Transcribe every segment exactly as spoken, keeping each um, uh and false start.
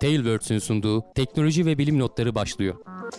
Tailwords'ün sunduğu teknoloji ve bilim notları başlıyor.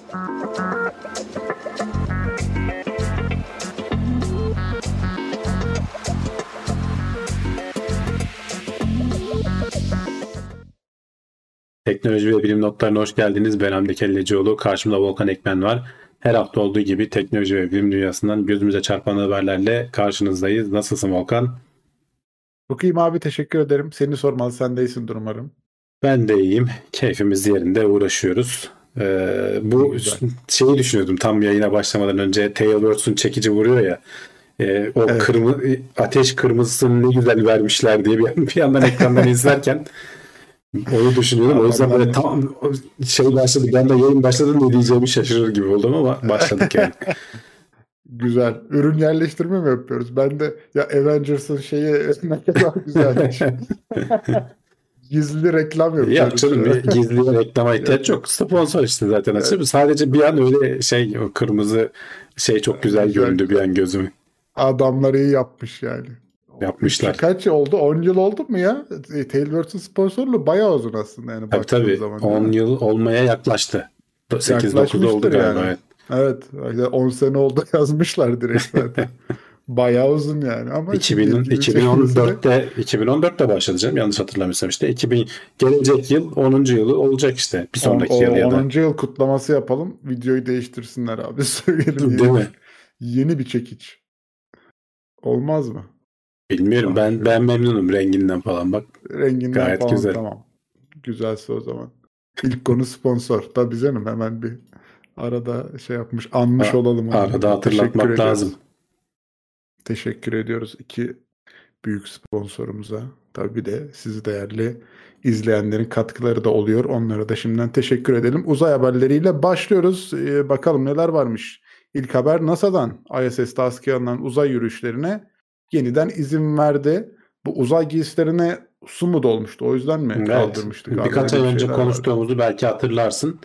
Teknoloji ve bilim notlarına hoş geldiniz. Ben Hamdi Kellecioğlu. Karşımda Volkan Ekmen var. Her hafta olduğu gibi teknoloji ve bilim dünyasından gözümüze çarpan haberlerle karşınızdayız. Nasılsın Volkan? Çok iyiyim abi, teşekkür ederim. Seni sormalı, sen de iyisindir umarım. Ben de iyiyim. Keyfimiz yerinde, uğraşıyoruz. Ee, bu şeyi düşünüyordum tam yayına başlamadan önce. Tailwords'un çekici vuruyor ya. E, o evet. kırmızı ateş kırmızısını ne güzel vermişler diye bir, bir yandan ekrandan izlerken onu düşünüyorum. O yüzden böyle tam şey başladı. Ben de yayın başladı ne diyeceğimi şaşırır gibi oldum ama başladık yani. Güzel. Ürün yerleştirme mi yapıyoruz? Ben de ya Avengers'ın şeyi ne kadar güzelmiş. Gizli reklam yapıyoruz. Yok canım, gizli reklama ihtiyaç yok. Sponsor işte zaten açık. Evet. Sadece bir an öyle şey, o kırmızı şey çok güzel, güzel göründü bir an gözüme. Adamlar iyi yapmış yani. Yapmışlar. Kaç oldu? on yıl oldu mu ya? Tailwords'un sponsorluğu bayağı uzun aslında yani. Tabii tabii. Zaman on yani. Yıl olmaya yaklaştı. sekiz dokuz oldu galiba. Yani. Evet. Evet. on sene oldu yazmışlar direkt zaten. Bayağı uzun yani. Ama iki bin, iki bin on dörtte iki bin on dörtte başladı canım. Yanlış hatırlamıyorsam işte. iki bin gelecek yıl onuncu yılı olacak işte. Bir sonraki on, yıl ya da. onuncu yıl kutlaması yapalım. Videoyu değiştirsinler abi. Söyleyelim. Değil yeni, mi? Yeni bir çekiç. Olmaz mı? Bilmiyorum. Ah, ben ben memnunum renginden falan bak. Renginden gayet falan güzel. Tamam. Güzelse o zaman. İlk konu sponsor. Tabii canım, hemen bir arada şey yapmış, anmış ha, olalım. Arada hatırlatmak Teşekkür lazım. Ediyoruz. Teşekkür ediyoruz iki büyük sponsorumuza. Tabii de sizi değerli izleyenlerin katkıları da oluyor. Onlara da şimdiden teşekkür edelim. Uzay haberleriyle başlıyoruz. Ee, bakalım neler varmış. İlk haber NASA'dan I S S'te askıya alınan uzay yürüyüşlerine yeniden izin verdi. Bu uzay giysilerine su mu dolmuştu? O yüzden mi evet. kaldırmıştık? Birkaç ay önce konuştuğumuzu vardı. Belki hatırlarsın.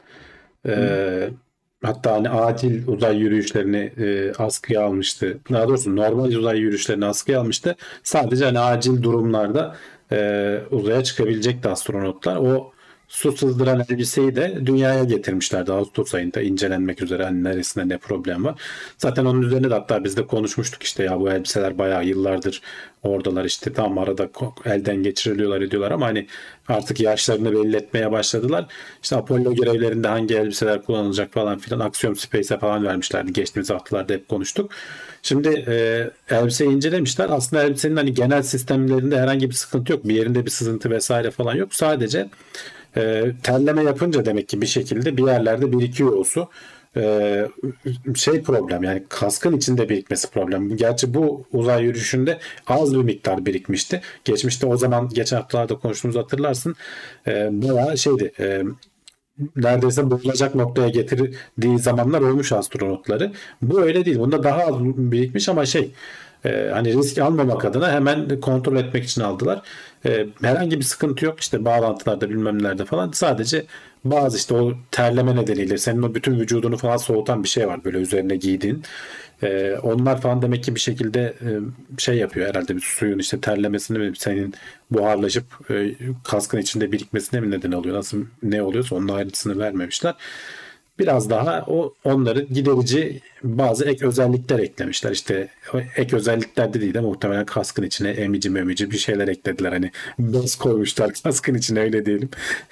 Ee, hatta hani acil uzay yürüyüşlerini e, askıya almıştı. Daha doğrusu normal uzay yürüyüşlerini askıya almıştı. Sadece hani acil durumlarda e, uzaya çıkabilecekti astronotlar. O su sızdıran elbiseyi de dünyaya getirmişlerdi Ağustos ayında incelenmek üzere, hani neresinde ne problem var. Zaten onun üzerine de hatta biz de konuşmuştuk işte, ya bu elbiseler bayağı yıllardır oradalar işte, tam arada elden geçiriliyorlar ediyorlar ama hani artık yaşlarını belli etmeye başladılar. İşte Apollo görevlerinde hangi elbiseler kullanılacak falan filan Axiom Space'e falan vermişlerdi. Geçtiğimiz haftalarda hep konuştuk. Şimdi e, elbiseyi incelemişler. Aslında elbisenin hani genel sistemlerinde herhangi bir sıkıntı yok. Bir yerinde bir sızıntı vesaire falan yok. Sadece e, terleme yapınca demek ki bir şekilde bir yerlerde birikiyor o su. Ee, şey problem, yani kaskın içinde birikmesi problem. Gerçi bu uzay yürüyüşünde az bir miktar birikmişti. Geçmişte, o zaman geçen haftalarda konuştuğumuzu hatırlarsın. Ee, bayağı şeydi, e, neredeyse bozulacak noktaya getirdiği zamanlar olmuş astronotları. Bu öyle değil. Bunda daha az birikmiş ama şey, e, hani risk almamak adına hemen kontrol etmek için aldılar. E, herhangi bir sıkıntı yok işte bağlantılarda bilmem nelerde falan. Sadece bazı işte o terleme nedeniyle senin o bütün vücudunu falan soğutan bir şey var böyle üzerine giydiğin. Ee, onlar falan demek ki bir şekilde e, şey yapıyor herhalde, bir suyun işte terlemesini mi, senin buharlaşıp e, kaskın içinde birikmesine mi neden oluyor, nasıl ne oluyorsa onun ayrıntısını vermemişler. Biraz daha o onları giderici bazı ek özellikler eklemişler. İşte ek özellikler de değil de muhtemelen kaskın içine emici memici bir şeyler eklediler. Hani bez koymuşlar kaskın içine, öyle diyelim.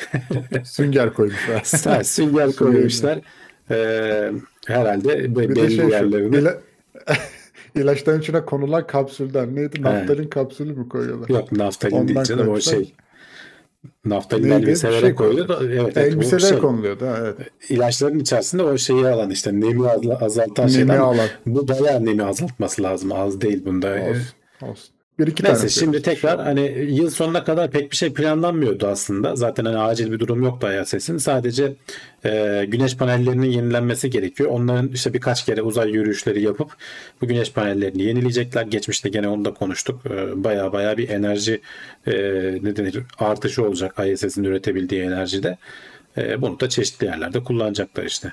Sünger koymuşlar. Ha, sünger koymuşlar. Ee, herhalde bir belli şey yerlerine. İla... İlaçların içine konulan kapsülden neydi? Naftalin He. kapsülü mü koyuyorlar? Yok, naftalin değil canım, koymuşlar. O şey. Naftalin elbiselere şey koyuluyor. Evet, elbiselere şey, konuluyordu. Evet. İlaçların içerisinde o şeyi alan işte nemi azaltan nemi şeyden. Alan. Bu bayağı nemi azaltması lazım. Az değil bunda. Olsun. Olsun. Bir iki Neyse tane şimdi tekrar şu hani yıl sonuna kadar pek bir şey planlanmıyordu aslında. Zaten hani acil bir durum yoktu I S S'in. Sadece e, güneş panellerinin yenilenmesi gerekiyor. Onların işte birkaç kere uzay yürüyüşleri yapıp bu güneş panellerini yenileyecekler. Geçmişte gene onu da konuştuk. E, baya baya bir enerji e, ne denir, artışı olacak I S S'in üretebildiği enerjide. E, bunu da çeşitli yerlerde kullanacaklar işte.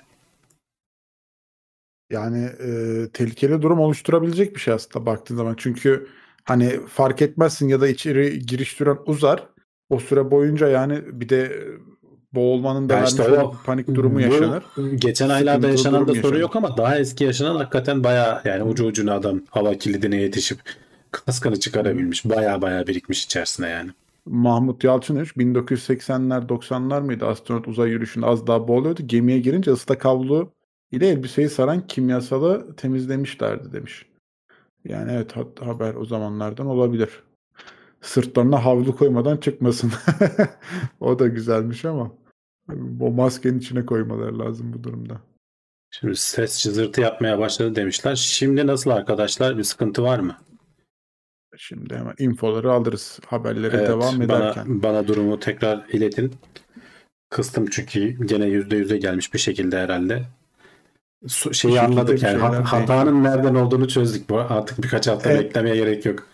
Yani e, tehlikeli durum oluşturabilecek bir şey aslında baktığın zaman. Çünkü hani fark etmezsin ya da içeri giriş süren uzar. O süre boyunca yani bir de boğulmanın da Ya vermiş işte olduğu o panik durumu bu yaşanır. geçen aylarda Sıkıntılı yaşanan da durum sorun yaşanır. yok ama daha eski yaşanan hakikaten bayağı yani ucu ucuna adam hava kilidine yetişip kaskını çıkarabilmiş. Bayağı bayağı birikmiş içerisine yani. Mahmut Yalçın demiş bin dokuz yüz seksenler doksanlar mıydı? Astronot uzay yürüyüşünde az daha boğuluyordu. Gemiye girince ıslak havlu ile elbiseyi saran kimyasalı temizlemişlerdi demiş. Yani evet ha- haber o zamanlardan olabilir. Sırtlarına havlu koymadan çıkmasın. O da güzelmiş ama o maskenin içine koymaları lazım bu durumda. Şimdi ses cızırtı yapmaya başladı demişler. Şimdi nasıl arkadaşlar? Bir sıkıntı var mı? Şimdi hemen infoları alırız haberlere Evet, devam bana ederken. bana durumu tekrar iletin. Kıstım çünkü gene yüzde yüze gelmiş bir şekilde herhalde. Su- Şeyi şekilde anladık bir yani şeyler hat- hatanın nereden olduğunu çözdük. Bu artık birkaç hafta Evet. beklemeye gerek yok.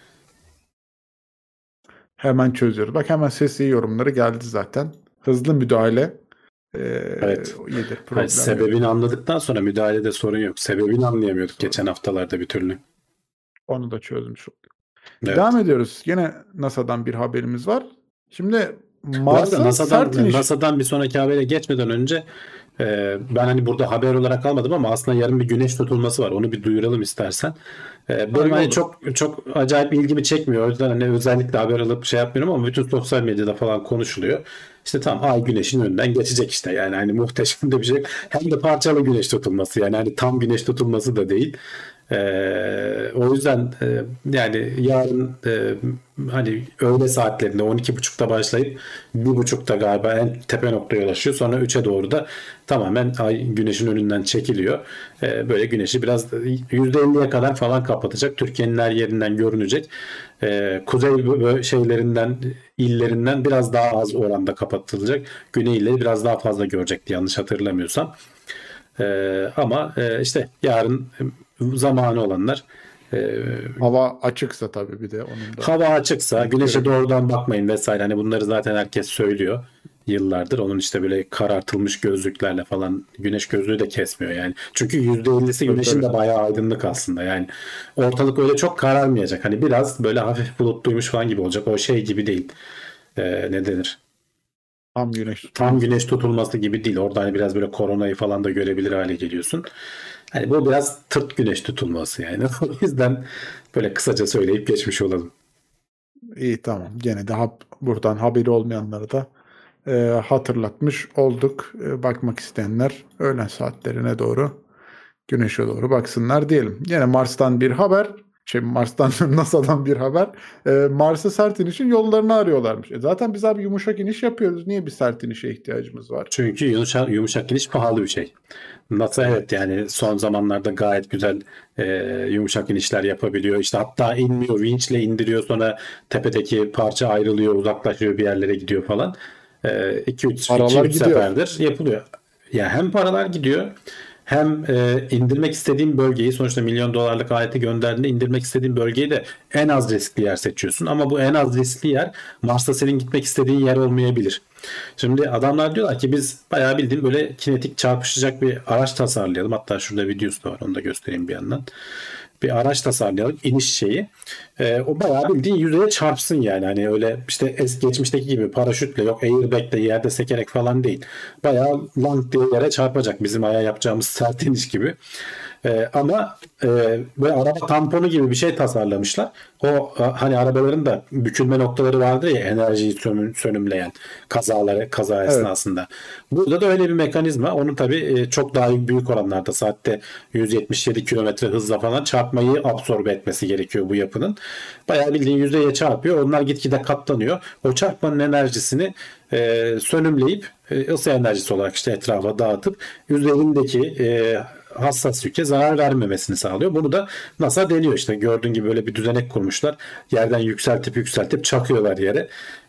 Hemen çözüyoruz. Bak hemen sesli yorumları geldi zaten. Hızlı müdahale. Ee, Evet. iyidir. Hayır, Problem yok. sebebini anladıktan sonra müdahalede sorun yok. Sebebini anlayamıyorduk Sorun. geçen haftalarda bir türlü. Onu da çözmüş olduk. Evet. Devam ediyoruz. Yine NASA'dan bir haberimiz var. Şimdi Bu arada Mars'ın NASA'dan, sert iniş... NASA'dan bir sonraki habere geçmeden önce e, ben hani burada haber olarak almadım ama aslında yarın bir güneş tutulması var. Onu bir duyuralım istersen. E, benim Ay, hani olur. çok çok acayip ilgimi çekmiyor. O yüzden hani özellikle haber alıp şey yapmıyorum ama bütün sosyal medyada falan konuşuluyor. İşte tam ay güneşin önünden geçecek işte. Yani hani muhteşem de bir şey. Hem de parçalı güneş tutulması yani hani tam güneş tutulması da değil. Ee, o yüzden e, yani yarın e, hani öğle saatlerinde on iki buçukta başlayıp bir buçukta galiba en tepe noktaya ulaşıyor. Sonra üçe doğru da tamamen ay güneşin önünden çekiliyor. Ee, böyle güneşi biraz yüzde elliye kadar falan kapatacak. Türkiye'nin her yerinden görünecek. Ee, kuzey bö- şeylerinden illerinden biraz daha az oranda kapatılacak. Güney illeri biraz daha fazla görecekti yanlış hatırlamıyorsam. Ee, ama e, işte yarın zamanı olanlar e, Hava açıksa tabii bir de onun da. hava açıksa güneşe görelim. doğrudan bakmayın vesaire hani bunları zaten herkes söylüyor yıllardır. Onun işte böyle karartılmış gözlüklerle falan güneş gözlüğü de kesmiyor yani. Çünkü yüzde ellisi Tabii, güneşin de tabii. bayağı aydınlık aslında yani. Ortalık öyle çok kararmayacak. Hani biraz böyle hafif bulutluymuş falan gibi olacak. O şey gibi değil. Ee, ne denir? Tam güneş Tam tutulması. güneş tutulması gibi değil. Orada hani biraz böyle koronayı falan da görebilir hale geliyorsun. Hani bu biraz tırt güneş tutulması yani. O yüzden böyle kısaca söyleyip geçmiş olalım. İyi tamam. Gene de hap, buradan haberi olmayanlara da e, hatırlatmış olduk. E, bakmak isteyenler öğlen saatlerine doğru güneşe doğru baksınlar diyelim. Yine Mars'tan bir haber. Şey Mars'tan NASA'dan bir haber. E, Mars'a sert inişin yollarını arıyorlarmış. E, zaten biz abi yumuşak iniş yapıyoruz. Niye bir sert inişe ihtiyacımız var? Çünkü yumuşak, yumuşak iniş pahalı bir şey. NASA evet yani son zamanlarda gayet güzel e, yumuşak inişler yapabiliyor. İşte hatta inmiyor, vinçle indiriyor sonra tepedeki parça ayrılıyor, uzaklaşıyor bir yerlere gidiyor falan. iki üç Paralar gidiyor. seferdir yapılıyor. Ya hem paralar gidiyor hem e, indirmek istediğin bölgeyi sonuçta milyon dolarlık aleti gönderdiğinde indirmek istediğin bölgeyi de en az riskli yer seçiyorsun. Ama bu en az riskli yer Mars'ta senin gitmek istediğin yer olmayabilir. Şimdi adamlar diyorlar ki biz bayağı bildiğin böyle kinetik çarpışacak bir araç tasarlayalım. Hatta şurada videosu da var onu da göstereyim bir yandan. Bir araç tasarlayalım iniş şeyi. Ee, o bayağı bildiğin yüzeye çarpsın yani. Hani öyle işte es geçmişteki gibi paraşütle yok airbag'le yerde sekerek falan değil. Bayağı lang diye yere çarpacak bizim aya yapacağımız sert iniş gibi. Ee, ama e, böyle araba tamponu gibi bir şey tasarlamışlar. O hani arabaların da bükülme noktaları vardır ya enerjiyi sönüm, sönümleyen kazaları kaza Evet. esnasında. Burada da öyle bir mekanizma. Onun tabii çok daha büyük oranlarda saatte yüz yetmiş yedi kilometre hızla falan çarpmayı absorbe etmesi gerekiyor bu yapının. Bayağı bildiğin yüzeye çarpıyor. Onlar gitgide katlanıyor. O çarpmanın enerjisini e, sönümleyip e, ısı enerjisi olarak işte etrafa dağıtıp üzerindeki e, hassas yüke zarar vermemesini sağlıyor. Bunu da NASA deniyor işte. Gördüğün gibi böyle bir düzenek kurmuşlar. Yerden yükseltip yükseltip çakıyorlar yere.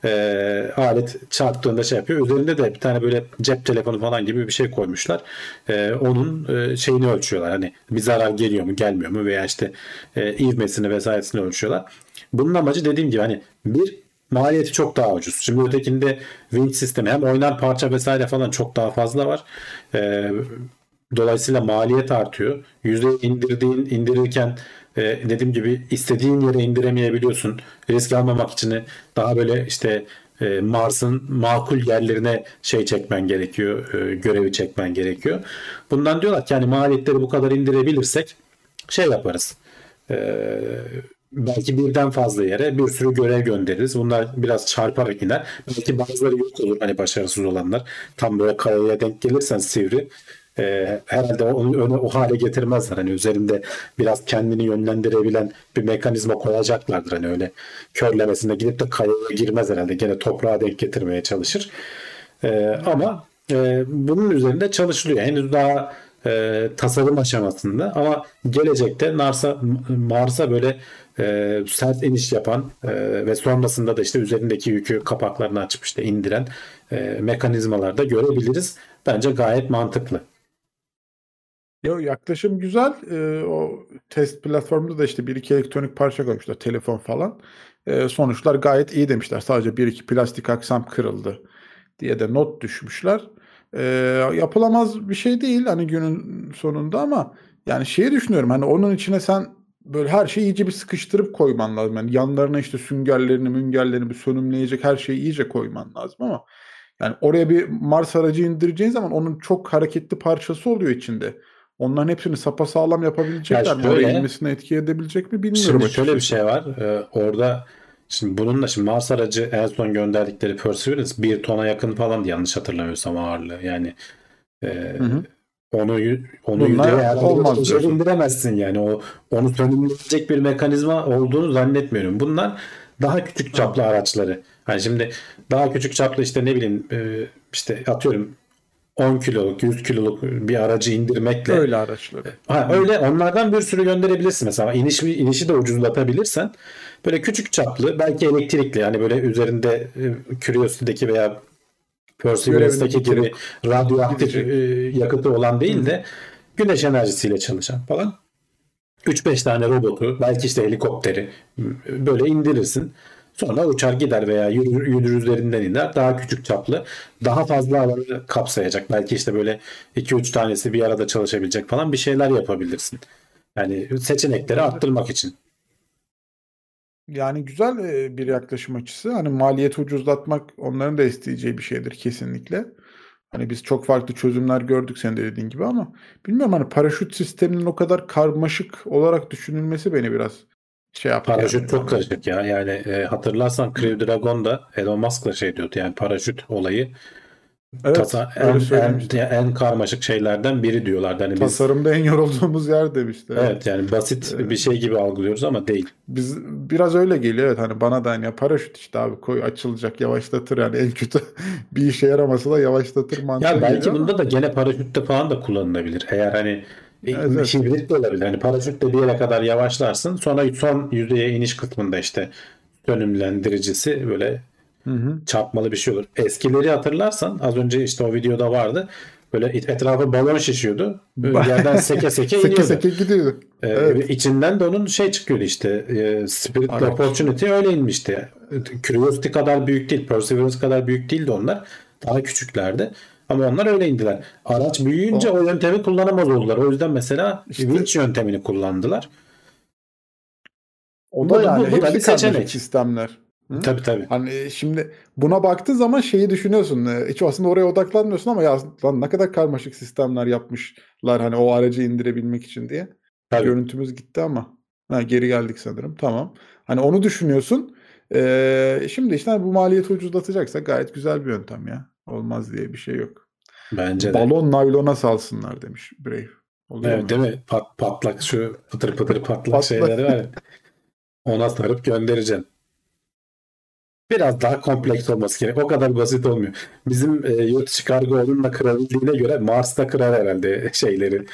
Ee, alet çarptığında şey yapıyor. Üzerinde de bir tane böyle cep telefonu falan gibi bir şey koymuşlar. Ee, onun e, şeyini ölçüyorlar. Hani bir zarar geliyor mu gelmiyor mu veya işte e, ivmesini vesairesini ölçüyorlar. Bunun amacı dediğim gibi hani bir maliyeti çok daha ucuz. Şimdi ötekinde winch sistemi hem oynar parça vesaire falan çok daha fazla var. Ee, Dolayısıyla maliyet artıyor. Yüzeye indirdiğin, indirirken e, dediğim gibi istediğin yere indiremeyebiliyorsun. Risk almamak için daha böyle işte e, Mars'ın makul yerlerine şey çekmen gerekiyor, e, görevi çekmen gerekiyor. Bundan diyorlar ki yani maliyetleri bu kadar indirebilirsek şey yaparız. E, belki birden fazla yere bir sürü görev göndeririz. Bunlar biraz çarparak iner. Belki bazıları yok olur hani başarısız olanlar. Tam böyle kayaya denk gelirsen sivri. E, herhalde onu öne, o hale getirmezler. Hani üzerinde biraz kendini yönlendirebilen bir mekanizma koyacaklardır. Hani öyle körlemesine gidip de kayaya girmez herhalde. Gene toprağa denk getirmeye çalışır. E, ama e, bunun üzerinde çalışılıyor. Henüz daha e, tasarım aşamasında ama gelecekte Mars'a Mars'a böyle e, sert iniş yapan e, ve sonrasında da işte üzerindeki yükü kapaklarını açıp işte indiren e, mekanizmalar da görebiliriz. Bence gayet mantıklı. Yo, yaklaşım güzel. Ee, o test platformunda da işte bir iki elektronik parça koymuşlar. Telefon falan. Ee, sonuçlar gayet iyi demişler. Sadece bir iki plastik aksam kırıldı diye de not düşmüşler. Ee, yapılamaz bir şey değil hani günün sonunda ama yani şeyi düşünüyorum hani onun içine sen böyle her şeyi iyice bir sıkıştırıp koyman lazım. Yani yanlarına işte süngerlerini, müngerlerini bir sönümleyecek her şeyi iyice koyman lazım ama yani oraya bir Mars aracı indireceğin zaman onun çok hareketli parçası oluyor içinde. Onların hepsini sapasağlam Ya yapabilecekler mi? Oraya şöyle inmesine etki edebilecek mi bilmiyorum Şimdi şöyle bir açıkçası. şey var. Ee, orada şimdi bununla şimdi Mars aracı en son gönderdikleri Perseverance bir tona yakın falan yanlış hatırlamıyorsam ağırlığı. Yani e, Hı hı. onu yü- onu yüzeye Bunlar herhalde böyle olmaz uçarak diyorsun. indiremezsin yani. O onu sönümleyecek bir mekanizma olduğunu zannetmiyorum. Bunlar daha küçük Ha, çaplı araçları. Hani şimdi daha küçük çaplı işte ne bileyim e, işte atıyorum on kiloluk, yüz kiloluk bir aracı indirmekle öyle araçları. ha, Hı. öyle onlardan bir sürü gönderebilirsin mesela. İniş, inişi de ucuzlatabilirsen böyle küçük çaplı belki elektrikli yani böyle üzerinde e, Curiosity'deki veya Görevini Perseverance'daki gibi bitirip radyoaktif e, gidecek. yakıtı olan Hı değil hı. de güneş enerjisiyle çalışan falan üç beş tane robotu belki işte helikopteri böyle indirirsin. Sonra uçar gider veya yürür, yürür üzerinden iner. Daha küçük çaplı, daha fazla alanı kapsayacak. Belki işte böyle iki üç tanesi bir arada çalışabilecek falan bir şeyler yapabilirsin. Yani seçenekleri Olabilir. arttırmak için. Yani güzel e, bir yaklaşım açısı. Hani maliyeti ucuzlatmak onların da isteyeceği bir şeydir kesinlikle. Hani biz çok farklı çözümler gördük senin de dediğin gibi ama bilmiyorum hani paraşüt sisteminin o kadar karmaşık olarak düşünülmesi beni biraz şey yaptı Paraşüt yani. çok Hani karışık ya. Yani e, hatırlarsan Crew Dragon'da Elon Musk'la şey diyordu. Yani paraşüt olayı evet tasa öyle en en söylemişti. en karmaşık şeylerden biri diyorlardı. Hani biz Tasarımda en yorulduğumuz yer demişti evet. evet yani basit Ee, bir şey gibi algılıyoruz ama değil. Biz biraz öyle geliyor evet hani bana da hani ya paraşüt işte abi koy açılacak yavaşlatır yani en kötü bir işe yaramasa da yavaşlatır mantığı Ya geliyor belki ama bunda da gene paraşütte falan da kullanılabilir. Eğer hani e, evet evet. hibrit de olabilir. Hani paraşütle bir yere kadar yavaşlarsın. Sonra son yüzeye iniş kısmında işte sönümlendiricisi böyle Hı hı. çarpmalı bir şey olur. Eskileri hatırlarsan az önce işte o videoda vardı. Böyle etrafı balon şişiyordu. Böyle yerden seke seke Seke iniyordu. seke gidiyordu. Ee, Evet. içinden de onun şey çıkıyordu işte e, Spirit Araç. Opportunity öyle inmişti. Curiosity kadar büyük değil. Perseverance kadar büyük değildi onlar. Daha küçüklerdi. Ama onlar öyle indiler. Araç büyüyünce O o yöntemi kullanamaz oldular. O yüzden mesela işte winch yöntemini kullandılar. o da Bu da, yani bu, bu da bir hepsi karmaşık seçenek. sistemler. Hı? Tabii tabii. Hani şimdi buna baktığın zaman şeyi düşünüyorsun. e, Hiç aslında oraya odaklanmıyorsun ama ya lan ne kadar karmaşık sistemler yapmışlar hani o aracı indirebilmek için diye. Tabii. Görüntümüz gitti ama. Ha, geri geldik sanırım. Tamam. Hani onu düşünüyorsun. Ee, şimdi işte bu maliyeti ucuzlatacaksa gayet güzel bir yöntem ya. Olmaz diye bir şey yok. Bence de. Balon naylona salsınlar demiş Brave. Oluyor Evet mu değil öyle? mi? Pat, patlak şu pıtır pıtır patlak Patla. şeyleri var ya. Ona sarıp göndereceğim. Biraz daha kompleks olması gerek. O kadar basit olmuyor. Bizim e, yurt dışı kargo onunla kırabildiğine göre Mars'ta kırar herhalde şeyleri.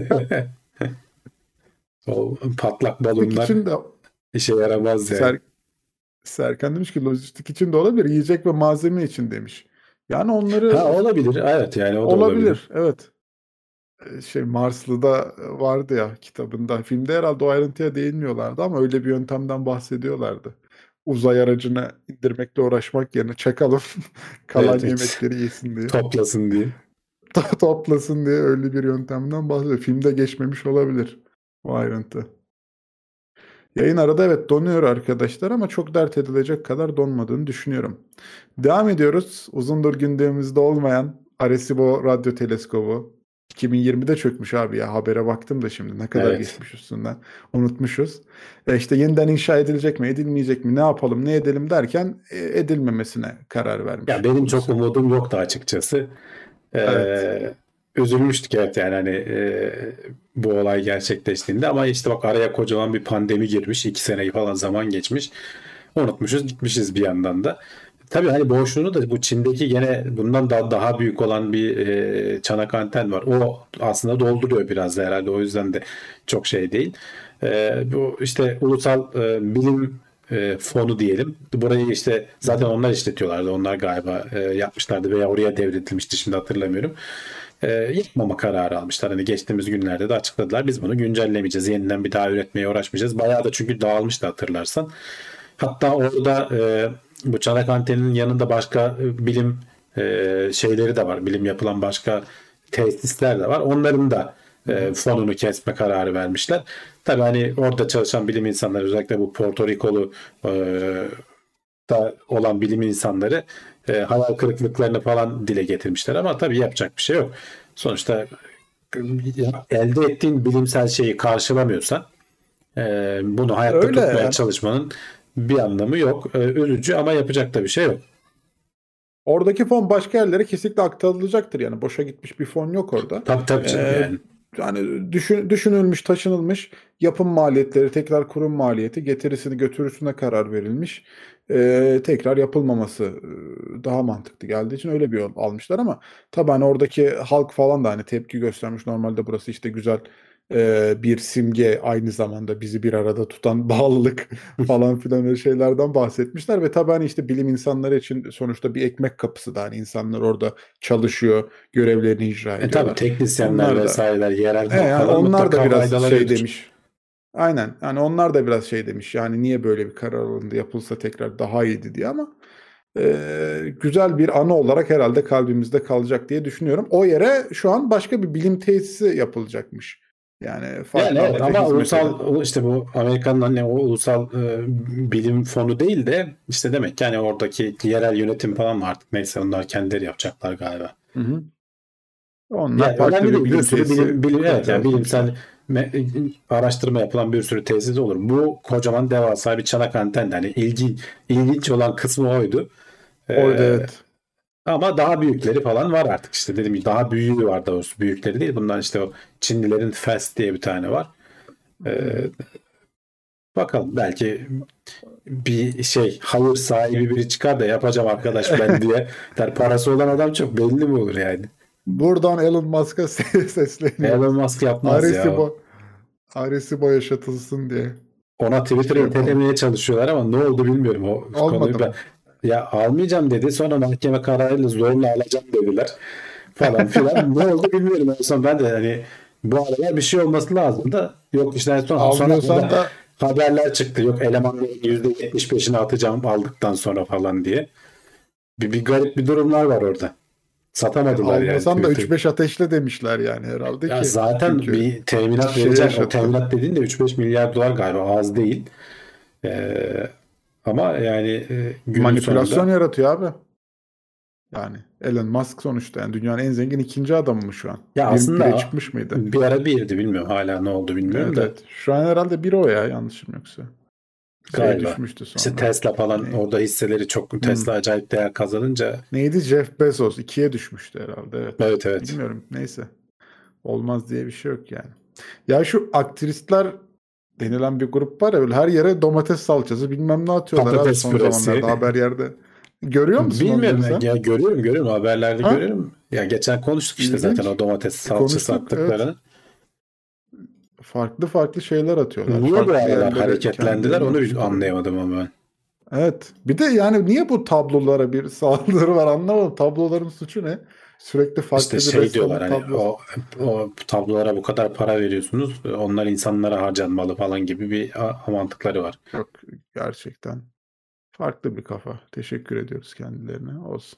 O patlak Lojistik balonlar için de işe yaramaz yani. Ser, Serkan demiş ki lojistik için de olabilir. Yiyecek ve malzeme için demiş. Yani Ha onları olabilir. Evet yani o da olabilir. olabilir. Evet. Ee, Şey Marslı'da vardı ya kitabında. Filmde herhalde o ayrıntıya değinmiyorlardı ama öyle bir yöntemden bahsediyorlardı. Uzay aracını indirmekle uğraşmak yerine çakalım kalan Evet, evet. yemekleri yesin diye. Toplasın diye. To- Toplasın diye öyle bir yöntemden bahsediyor. Filmde geçmemiş olabilir o ayrıntı. Yayın arada evet donuyor arkadaşlar ama çok dert edilecek kadar donmadığını düşünüyorum. Devam ediyoruz. Uzundur gündemimizde olmayan Arecibo radyo teleskobu. iki bin yirmide çökmüş abi ya. Habere baktım da şimdi ne kadar Evet. geçmiş üstünden. Unutmuşuz. E işte yeniden inşa edilecek mi, edilmeyecek mi, ne yapalım, ne edelim derken e, edilmemesine karar vermiş. Ya benim çok Rusya. umudum yoktu açıkçası. Evet. Ee, üzülmüştük evet yani hani e, bu olay gerçekleştiğinde ama işte bak araya kocaman bir pandemi girmiş. iki seneyi falan zaman geçmiş. Unutmuşuz gitmişiz bir yandan da. Tabii hani boşluğunu da bu Çin'deki gene bundan da daha büyük olan bir e, çanak anten var. O aslında dolduruyor biraz da herhalde. O yüzden de çok şey değil. E, bu işte ulusal e, bilim e, fonu diyelim. Burayı işte zaten onlar işletiyorlardı. Onlar galiba e, yapmışlardı veya oraya devredilmişti şimdi hatırlamıyorum. E, yapmama kararı almışlar. Hani geçtiğimiz günlerde de açıkladılar. Biz bunu güncellemeyeceğiz. Yeniden bir daha üretmeye uğraşmayacağız. Bayağı da çünkü dağılmıştı hatırlarsan. Hatta orada e, bu çanak anteninin yanında başka e, bilim e, şeyleri de var. Bilim yapılan başka tesisler de var. Onların da e, fonunu kesme kararı vermişler. Tabii hani orada çalışan bilim insanları özellikle bu Porto Rikolu e, da olan bilim insanları e, hayal kırıklıklarını falan dile getirmişler ama tabii yapacak bir şey yok. Sonuçta elde ettiğin bilimsel şeyi karşılamıyorsan e, bunu hayatta Öyle tutmaya ya. çalışmanın bir anlamı yok. E, üzücü ama yapacak da bir şey yok. Oradaki fon başka yerlere kesinlikle aktarılacaktır. Yani boşa gitmiş bir fon yok orada. Tabii tabii canım Ee, yani. yani düşün, düşünülmüş, taşınılmış yapım maliyetleri, tekrar kurum maliyeti, getirisini götürüsüne karar verilmiş. Ee, tekrar yapılmaması e, daha mantıklı geldiği için öyle bir yol almışlar ama tabii hani oradaki halk falan da hani tepki göstermiş. Normalde burası işte güzel e, bir simge, aynı zamanda bizi bir arada tutan bağlılık falan filan öyle şeylerden bahsetmişler ve tabii hani işte bilim insanları için sonuçta bir ekmek kapısı da hani insanlar orada çalışıyor, görevlerini icra E tabii ediyorlar. teknisyenler Onlar da vesaireler, yerel e, halk yani falan onlar da mutlaka biraz şey faydalanıyordur. demiş. Aynen. Yani onlar da biraz şey demiş. Yani niye böyle bir karar alındı, yapılsa tekrar daha iyiydi diye ama e, güzel bir anı olarak herhalde kalbimizde kalacak diye düşünüyorum. O yere şu an başka bir bilim tesisi yapılacakmış. Yani Yani farklı evet amaca ama hizmet eden. ulusal işte bu Amerika'nın hani o ulusal e, bilim fonu değil de işte demek ki hani oradaki yerel yönetim falan var artık neyse onlar kendileri yapacaklar galiba. Hı hı. Onlar Yani farklı önemli bir değil. Bir bilim sürü bilim, tesisi bilim evet yani kuracağız bilimsel demişler. me- araştırma yapılan bir sürü tesis olur. Bu kocaman devasa bir çanak anten. Yani ilgi, ilginç olan kısmı oydu. Oydu Ee, evet. ama daha büyükleri falan var artık işte dediğim gibi daha büyüğü var doğrusu büyükleri değil. Bunlar işte o Çinlilerin Fast diye bir tane var. Hı Ee, hı. bakalım belki bir şey hayır sahibi biri çıkar da yapacağım arkadaş ben diye der. Parası olan adam çok belli mi olur yani? Buradan Elon Musk'a se- Elon sesleniyoruz. Musk yapmaz ya. Arecibo, Arecibo yaşatılsın diye Ona bir Twitter'ı şey yapalım. entelemeye çalışıyorlar ama ne oldu bilmiyorum o konuyu. Olmadı Ben, mı? ya almayacağım dedi sonra mahkeme kararıyla zorla alacağım dediler falan filan. Ne oldu bilmiyorum. En son ben de hani bu aralar bir şey olması lazım da yok işte en son sonra Almıyorsan haber- da haberler çıktı. Yok elemanların yüzde yetmiş beşini atacağım aldıktan sonra falan diye. Bir, bir garip bir durumlar var orada. e, Satamadılar yani almasan da Twitter. üç beş ateşle demişler yani herhalde Ya ki. zaten Çünkü bir teminat şey vereceksin. O yaşattın. teminat dediğin de üç beş milyar dolar galiba az değil. Ee, ama yani e, günün Manipülasyon sonunda yaratıyor abi. Yani Elon Musk sonuçta yani dünyanın en zengin ikinci adamı mı şu an? ya Bir, bire aslında çıkmış mıydı? bir ara birdi bilmiyorum hala ne oldu bilmiyorum Evet da evet. Şu an herhalde bir o ya yanlışım yoksa. Şeye galiba. düşmüştü İşte sonra. Tesla falan Ne? orada hisseleri çok Hmm. Tesla acayip değer kazanınca Neydi? Jeff Bezos ikiye düşmüştü herhalde. Evet. evet evet. Bilmiyorum. Neyse. Olmaz diye bir şey yok yani. Ya şu aktivistler denilen bir grup var ya böyle her yere domates salçası bilmem ne atıyorlar abi Patates son püresi. zamanlarda haber yerde. Görüyor musun onları Bilmiyorum sen? ya görüyorum görüyorum haberlerde Ha? görüyorum. Ya geçen konuştuk işte zaten o İlginç. domates E, salçası konuştuk evet. attıklarını. Farklı farklı şeyler atıyorlar. Niye bu Farklı aralar yerlere hareketlendiler kendilerini onu bir yapıştırıyorlar. anlayamadım ama ben. Evet. Bir de yani niye bu tablolara bir saldırı var anlamadım. Tabloların suçu ne? Sürekli İşte farklı bir şey diyorlar ressamın hani tablosu. o, o tablolara bu kadar para veriyorsunuz onlar insanlara harcanmalı falan gibi bir a- mantıkları var. Yok gerçekten farklı bir kafa. Teşekkür ediyoruz kendilerine. Olsun.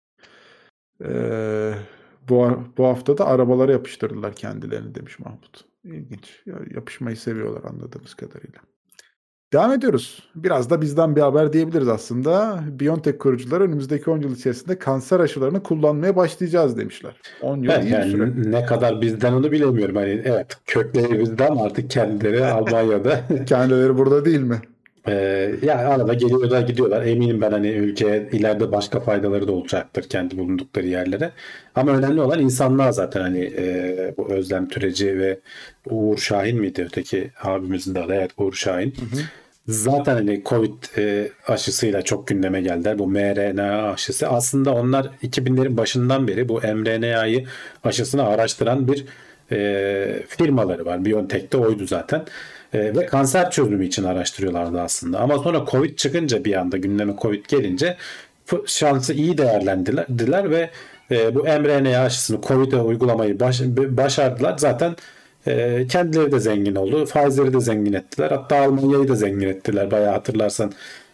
Ee, bu, bu hafta da arabalara yapıştırdılar kendilerini demiş Mahmut. İlginç. Ya, yapışmayı seviyorlar anladığımız kadarıyla. Devam ediyoruz. Biraz da bizden bir haber diyebiliriz aslında. BioNTech kurucuları önümüzdeki on yıl içerisinde kanser aşılarını kullanmaya başlayacağız demişler. on yıl Evet, iyi bir süre. yani ne kadar bizden onu bilemiyorum. Hani evet, kökleri bizden ama artık kendileri Almanya'da. Kendileri burada değil mi? Ee, yani arada geliyorlar gidiyorlar. Eminim ben hani ülkeye ileride başka faydaları da olacaktır kendi bulundukları yerlere. Ama önemli olan insanlığa zaten hani e, bu Özlem Türeci ve Uğur Şahin miydi öteki abimizin de adı? Evet, Uğur Şahin. Zaten hani Covid e, aşısıyla çok gündeme geldiler. Bu mRNA aşısı. Aslında onlar iki binlerin başından beri bu mRNA'yı aşısını araştıran bir e, firmaları var. BioNTech de oydu zaten. E, ve kanser çözümü için araştırıyorlardı aslında. Ama sonra Covid çıkınca bir anda gündeme Covid gelince şansı iyi değerlendirdiler ve e, bu mRNA aşısını Covid'e uygulamayı baş, başardılar. Zaten e, kendileri de zengin oldu. Pfizer'i de zengin ettiler. Hatta Almanya'yı da zengin ettiler. Bayağı hatırlarsan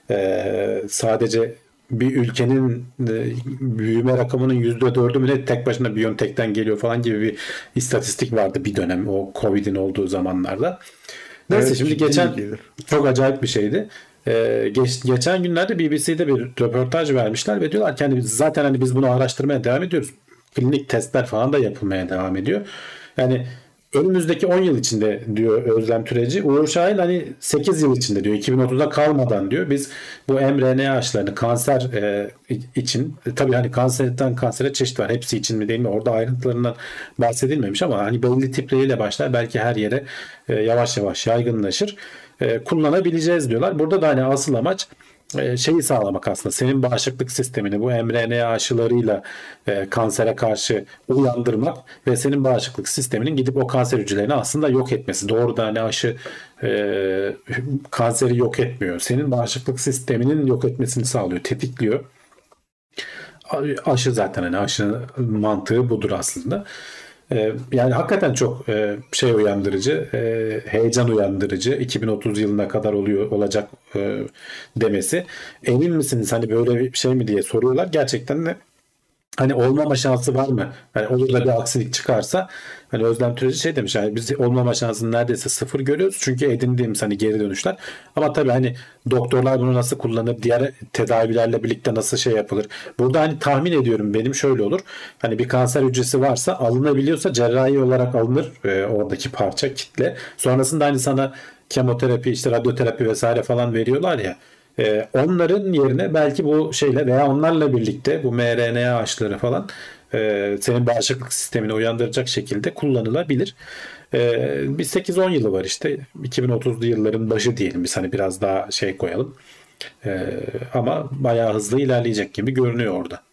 e, sadece bir ülkenin e, büyüme rakamının yüzde dördü mü ne tek başına BioNTech'ten geliyor falan gibi bir istatistik vardı bir dönem o Covid'in olduğu zamanlarda. Neyse Evet, şimdi ciddi geçen gelir. çok acayip bir şeydi. Ee, geç, geçen günlerde B B C'de bir röportaj vermişler ve diyorlar ki hani biz- zaten hani biz bunu araştırmaya devam ediyoruz. Klinik testler falan da yapılmaya devam ediyor. Yani önümüzdeki on yıl içinde diyor Özlem Türeci. Uğur Şahin hani sekiz yıl içinde diyor. iki bin otuza kalmadan diyor. Biz bu mRNA aşılarını kanser e, için e, tabii hani kanserden kansere çeşit var. Hepsi için mi değil mi? Orada ayrıntılarından bahsedilmemiş ama hani belli tipleriyle başlar. Belki her yere e, yavaş yavaş yaygınlaşır. E, kullanabileceğiz diyorlar. Burada da hani asıl amaç e, şeyi sağlamak aslında. Senin bağışıklık sistemini bu mRNA aşılarıyla e, kansere karşı uyandırmak ve senin bağışıklık sisteminin gidip o kanser hücrelerini aslında yok etmesi. Doğrudan hani aşı e, kanseri yok etmiyor. Senin bağışıklık sisteminin yok etmesini sağlıyor, tetikliyor. Aşı zaten hani aşı mantığı budur aslında. Ee, Yani hakikaten çok e, şey uyandırıcı, e, heyecan uyandırıcı. iki bin otuz yılına kadar oluyor olacak e, demesi. Emin misiniz hani böyle bir şey mi diye soruyorlar. Gerçekten de hani olmama şansı var mı? Hani olur da bir aksilik çıkarsa hani Özlem Türeci şey demiş yani biz olmama şansını neredeyse sıfır görüyoruz. Çünkü edindiğimiz hani geri dönüşler. Ama tabii hani doktorlar bunu nasıl kullanır? Diğer tedavilerle birlikte nasıl şey yapılır? Burada hani tahmin ediyorum benim şöyle olur. Hani bir kanser hücresi varsa alınabiliyorsa cerrahi olarak alınır e, oradaki parça kitle. Sonrasında hani sana kemoterapi işte radyoterapi vesaire falan veriyorlar ya. Ee, onların yerine belki bu şeyle veya onlarla birlikte bu mRNA aşıları falan e, senin bağışıklık sistemini uyandıracak şekilde kullanılabilir. Ee, bir sekiz on yılı var işte. iki bin otuzlu yılların başı diyelim biz hani biraz daha şey koyalım. Ee, ama bayağı hızlı ilerleyecek gibi görünüyor orada.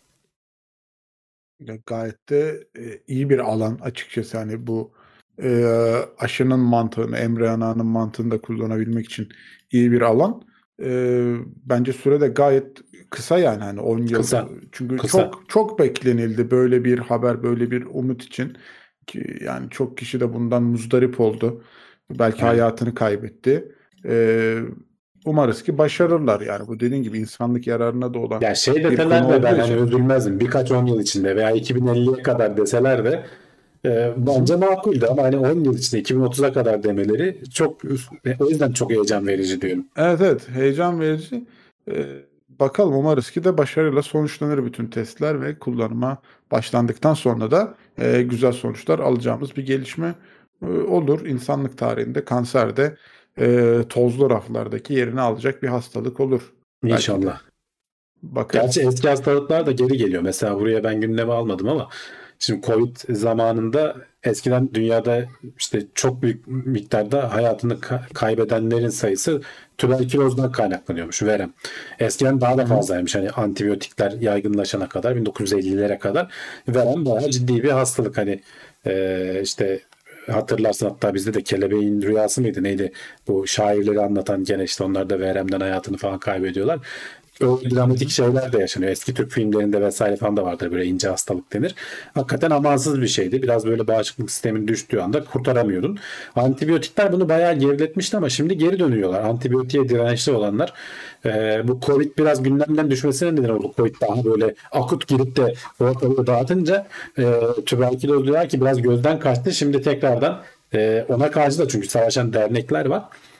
Ya gayet de e, iyi bir alan açıkçası. Hani bu e, aşının mantığını, mRNA'nın mantığını da kullanabilmek için iyi bir alan. E, bence süre de gayet kısa yani hani on yıl. Kısa. Çünkü Kısa. çok çok beklenildi böyle bir haber, böyle bir umut için. Ki yani çok kişi de bundan muzdarip oldu. Belki Aynen. hayatını kaybetti. E, umarız ki başarırlar yani. Bu dediğin gibi insanlık yararına da olan Ya şey bir deseler konu de olduğu ben hani için. üzülmezdim. Birkaç on yıl içinde veya iki bin elliye kadar deseler de e, bence makuldü ama hani on yıl içinde iki bin otuza kadar demeleri çok o yüzden çok heyecan verici diyorum. Evet evet heyecan verici. Ee, bakalım umarız ki de başarıyla sonuçlanır bütün testler ve kullanıma başlandıktan sonra da e, güzel sonuçlar alacağımız bir gelişme e, olur. İnsanlık tarihinde kanserde e, tozlu raflardaki yerini alacak bir hastalık olur belki de. İnşallah. Gerçi Bakarız. eski hastalıklar da geri geliyor. Mesela buraya ben gündeme almadım ama şimdi Covid zamanında eskiden dünyada işte çok büyük miktarda hayatını ka- kaybedenlerin sayısı tüberkülozdan kaynaklanıyormuş, verem. Eskiden daha Hı da hı. fazlaymış. Hani antibiyotikler yaygınlaşana kadar bin dokuz yüz ellilere kadar verem bayağı ciddi bir hastalık. Hani e, işte hatırlarsın hatta bizde de kelebeğin rüyası mıydı neydi? Bu şairleri anlatan gene işte onlar da veremden hayatını falan kaybediyorlar. Öyle Hı dramatik hı. şeyler de yaşanıyor. Eski Türk filmlerinde vesaire falan da vardır böyle ince hastalık denir. Hakikaten amansız bir şeydi. Biraz böyle bağışıklık sistemin düştüğü anda kurtaramıyordun. Antibiyotikler bunu bayağı geriletmişti ama şimdi geri dönüyorlar. Antibiyotiğe dirençli olanlar. Ee, bu Covid biraz gündemden düşmesine neden oldu. Covid daha böyle akut girip de ortalığı dağıtınca e, tüberküloz diyorlar ki biraz gözden kaçtı. Şimdi tekrardan e, ona karşı da çünkü savaşan dernekler var.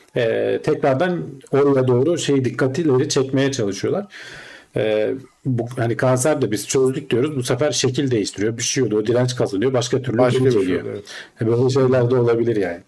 e, tekrardan oraya doğru şey dikkatleri çekmeye çalışıyorlar. E, bu hani kanser de biz çözdük diyoruz. Bu sefer şekil değiştiriyor. Bir şey oluyor. Direnç kazanıyor. Başka türlü Başka geri bir şey geliyor. oluyor, evet. Böyle şeyler de olabilir yani.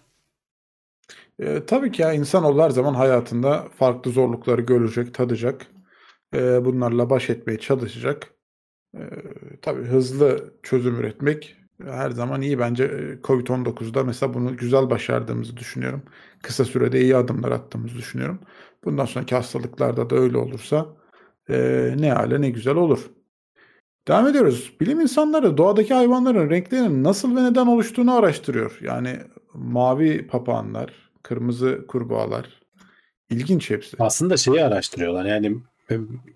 E, tabii ki ya, insanoğlu her zaman hayatında farklı zorlukları görecek, tadacak. E, bunlarla baş etmeye çalışacak. E, tabii hızlı çözüm üretmek her zaman iyi bence. E, covid on dokuzda mesela bunu güzel başardığımızı düşünüyorum. Kısa sürede iyi adımlar attığımızı düşünüyorum. Bundan sonraki hastalıklarda da öyle olursa e, ne hale ne güzel olur. Devam ediyoruz. Bilim insanları doğadaki hayvanların renklerinin nasıl ve neden oluştuğunu araştırıyor. Yani mavi papağanlar, kırmızı kurbağalar. İlginç hepsi. Aslında şeyi araştırıyorlar. Yani e,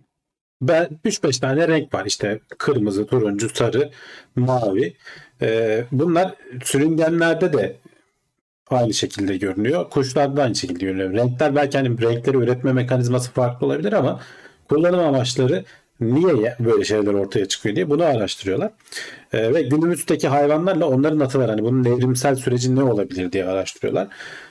ben üç beş tane renk var. İşte kırmızı, turuncu, sarı, mavi. E, bunlar sürüngenlerde de aynı şekilde görünüyor. Kuşlarda da aynı şekilde görünüyor. Renkler belki hani renkleri üretme mekanizması farklı olabilir ama kullanım amaçları niye böyle şeyler ortaya çıkıyor diye bunu araştırıyorlar. Ee, ve günümüzdeki hayvanlarla onların ataları hani bunun evrimsel süreci ne olabilir diye araştırıyorlar.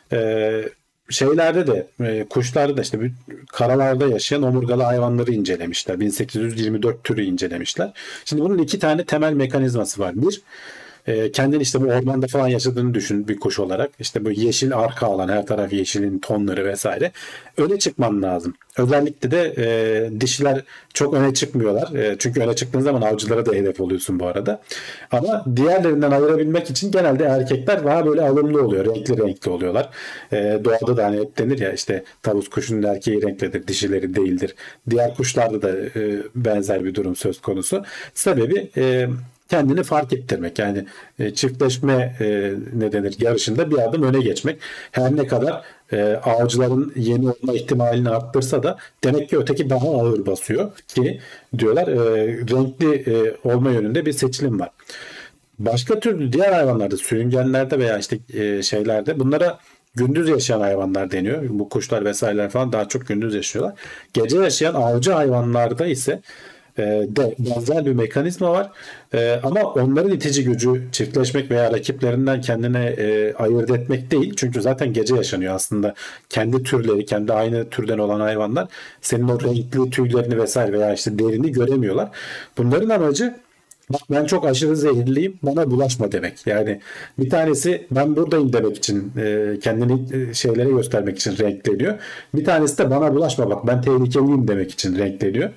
Ee, şeylerde de e, kuşlarda da işte bir- karalarda yaşayan omurgalı hayvanları incelemişler. bin sekiz yüz yirmi dört türü incelemişler. Şimdi bunun iki tane temel mekanizması var. Bir, e, kendini işte bu ormanda falan yaşadığını düşün bir kuş olarak. İşte bu yeşil arka alan, her taraf yeşilin tonları vesaire. Öne çıkman lazım. Özellikle de e, dişiler çok öne çıkmıyorlar. E, çünkü öne çıktığın zaman avcılara da hedef oluyorsun bu arada. Ama diğerlerinden ayırabilmek için genelde erkekler daha böyle alımlı oluyor. Renkli renkli oluyorlar. E, doğada da hani hep denir ya işte tavus kuşunun erkeği renklidir, dişileri değildir. Diğer kuşlarda da e, benzer bir durum söz konusu. Sebebi e, kendini fark ettirmek. Yani e, çiftleşme e, ne denir yarışında bir adım öne geçmek. Her ne kadar e, avcıların yeni olma ihtimalini arttırsa da demek ki öteki daha ağır basıyor ki diyorlar e, renkli e, olma yönünde bir seçilim var. Başka türlü diğer hayvanlarda, sürüngenlerde veya işte e, şeylerde bunlara gündüz yaşayan hayvanlar deniyor. Bu kuşlar vesaireler falan daha çok gündüz yaşıyorlar. Gece yaşayan avcı hayvanlarda ise e, de benzer bir mekanizma var. E, ama onların itici gücü çiftleşmek veya rakiplerinden kendine e, ayırt etmek değil. Çünkü zaten gece yaşanıyor aslında. Kendi türleri, kendi aynı türden olan hayvanlar senin o renkli tüylerini vesaire veya işte derini göremiyorlar. Bunların amacı bak ben çok aşırı zehirliyim bana bulaşma demek. Yani bir tanesi ben buradayım demek için e, kendini e, şeylere göstermek için renkleniyor. Bir tanesi de bana bulaşma bak ben tehlikeliyim demek için renkleniyor.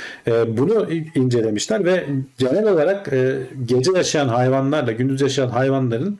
E, bunu incelemişler ve genel olarak e, gece yaşayan hayvanlarla gündüz yaşayan hayvanların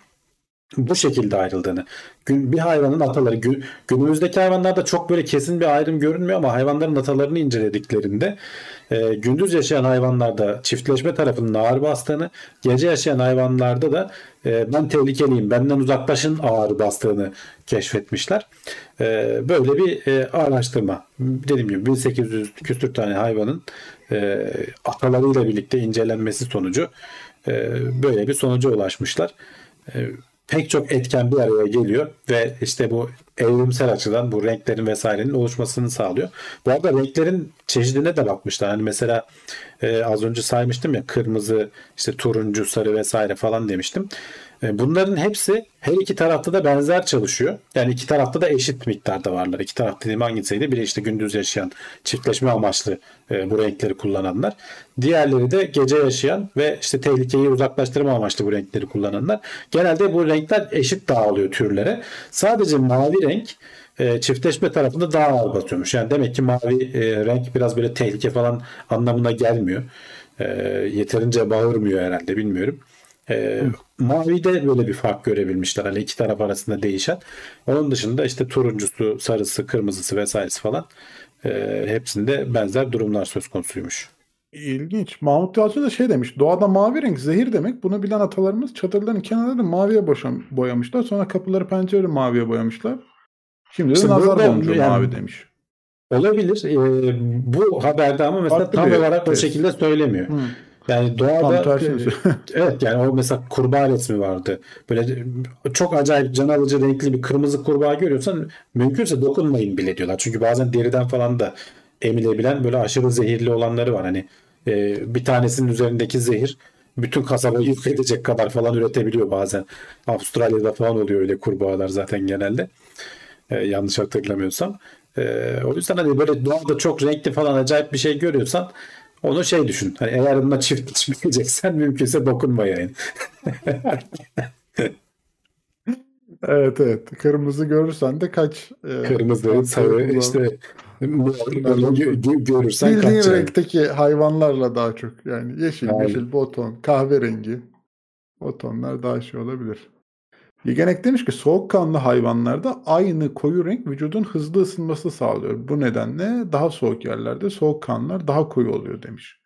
bu şekilde ayrıldığını. Gün, bir hayvanın ataları gün, günümüzdeki hayvanlarda çok böyle kesin bir ayrım görünmüyor ama hayvanların atalarını incelediklerinde e, gündüz yaşayan hayvanlarda çiftleşme tarafının ağır bastığını, gece yaşayan hayvanlarda da e, ben tehlikeliyim, benden uzaklaşın ağır bastığını keşfetmişler. E, böyle bir e, araştırma. Dediğim gibi bin sekiz yüz küsür tane hayvanın e, atalarıyla birlikte incelenmesi sonucu e, böyle bir sonuca ulaşmışlar. E, pek çok etken bir araya geliyor ve işte bu evrimsel açıdan bu renklerin vesairenin oluşmasını sağlıyor. Bu arada renklerin çeşidine de bakmışlar. Hani mesela e, az önce saymıştım ya kırmızı, işte turuncu, sarı vesaire falan demiştim. E, bunların hepsi her iki tarafta da benzer çalışıyor. Yani iki tarafta da eşit miktarda varlar. İki taraf dediğim hangisiydi? Biri işte gündüz yaşayan çiftleşme amaçlı e, bu renkleri kullananlar. Diğerleri de gece yaşayan ve işte tehlikeyi uzaklaştırma amaçlı bu renkleri kullananlar. Genelde bu renkler eşit dağılıyor türlere. Sadece mavi renk e, çiftleşme tarafında daha ağır basıyormuş. Yani demek ki mavi e, renk biraz böyle tehlike falan anlamına gelmiyor. E, yeterince bağırmıyor herhalde bilmiyorum. E, Mavide böyle bir fark görebilmişler. Hani iki taraf arasında değişen. Onun dışında işte turuncusu, sarısı, kırmızısı vesairesi falan e, hepsinde benzer durumlar söz konusuymuş. İlginç. Mahmut Yalçın da şey demiş. Doğada mavi renk zehir demek. Bunu bilen atalarımız çadırların kenarlarını maviye boşam, boyamışlar. Sonra kapıları pencereleri maviye boyamışlar. Şimdi de İşte nazar burada boncuğu yani mavi demiş. olabilir. E, bu haberde ama mesela Farklı tam bir olarak o tez. şekilde söylemiyor. Hı. Yani Tam doğada tersini e, söylüyor. evet yani o mesela kurbağa resmi vardı. Böyle çok acayip can alıcı renkli bir kırmızı kurbağa görüyorsan mümkünse dokunmayın bile diyorlar. Çünkü bazen deriden falan da emilebilen böyle aşırı zehirli olanları var. Hani e, bir tanesinin üzerindeki zehir bütün kasabayı yok edecek kadar falan üretebiliyor bazen. Avustralya'da falan oluyor öyle kurbağalar zaten genelde. E, yanlış hatırlamıyorsam. E, o yüzden hani böyle doğada çok renkli falan acayip bir şey görüyorsan onu şey düşün. Hani eğer bununla çift çıkmayacaksan mümkünse dokunma yani. Evet evet. Kırmızı görürsen de kaç. E, Kırmızı, mantığı sarı, kullan. işte mor Bunlardan gö- sonra. gö- görürsen Bildiğin kaç yani. renkteki hayvanlarla daha çok. Yani yeşil, Yani meşil, boton, kahverengi. O tonlar daha şey olabilir. Yegenek demiş ki soğukkanlı hayvanlarda aynı koyu renk vücudun hızlı ısınmasını sağlıyor. Bu nedenle daha soğuk yerlerde soğukkanlılar daha koyu oluyor demiş.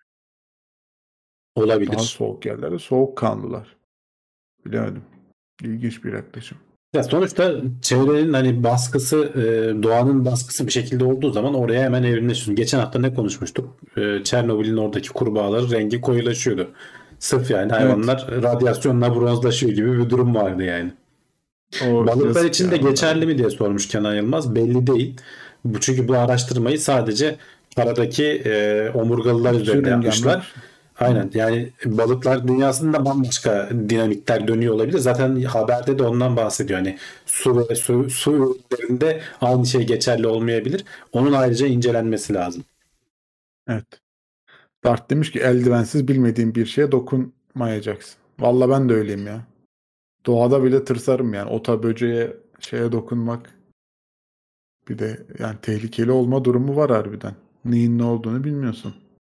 Daha olabilir. soğuk yerlerde soğukkanlılar. Bilemedim. İlginç bir yaklaşım. Ya sonuçta çevrenin hani baskısı, e, doğanın baskısı bir şekilde olduğu zaman oraya hemen evrimleşiyorsun. Geçen hafta ne konuşmuştuk? E, Çernobil'in oradaki kurbağaların rengi koyulaşıyordu. Sırf yani Evet. hayvanlar radyasyonla bronzlaşıyor gibi bir durum vardı yani. O Balıklar yazık için de ya onlara geçerli da. mi diye sormuş Kenan Yılmaz. Belli değil. Bu çünkü bu araştırmayı sadece karadaki e, omurgalılar üzerinde Sürüngenler yapmışlar. için. Hı. Aynen yani balıklar dünyasında bambaşka dinamikler dönüyor olabilir. Zaten haberde de ondan bahsediyor. Hani su ve su, su ürünlerinde aynı şey geçerli olmayabilir. Onun ayrıca incelenmesi lazım. Evet. Dart demiş ki eldivensiz bilmediğin bir şeye dokunmayacaksın. Valla ben de öyleyim ya. Doğada bile tırsarım yani. Ota, böceğe, şeye dokunmak. Bir de yani tehlikeli olma durumu var harbiden. Neyin ne olduğunu bilmiyorsun.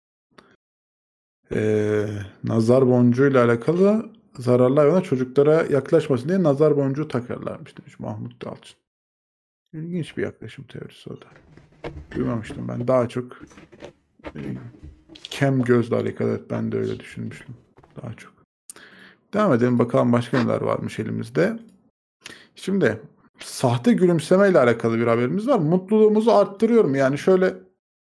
Ee, nazar boncuğuyla alakalı zararlı hayvana çocuklara yaklaşmasın diye nazar boncuğu takarlarmış demiş Mahmut Dalçın. İlginç bir yaklaşım teorisi o da. Duymamıştım ben. Daha çok e, kem gözle alakalı. Evet, ben de öyle düşünmüştüm. Daha çok. Devam edelim bakalım başka neler varmış elimizde. Şimdi sahte gülümseme ile alakalı bir haberimiz var. Mutluluğumuzu arttırıyorum. Yani şöyle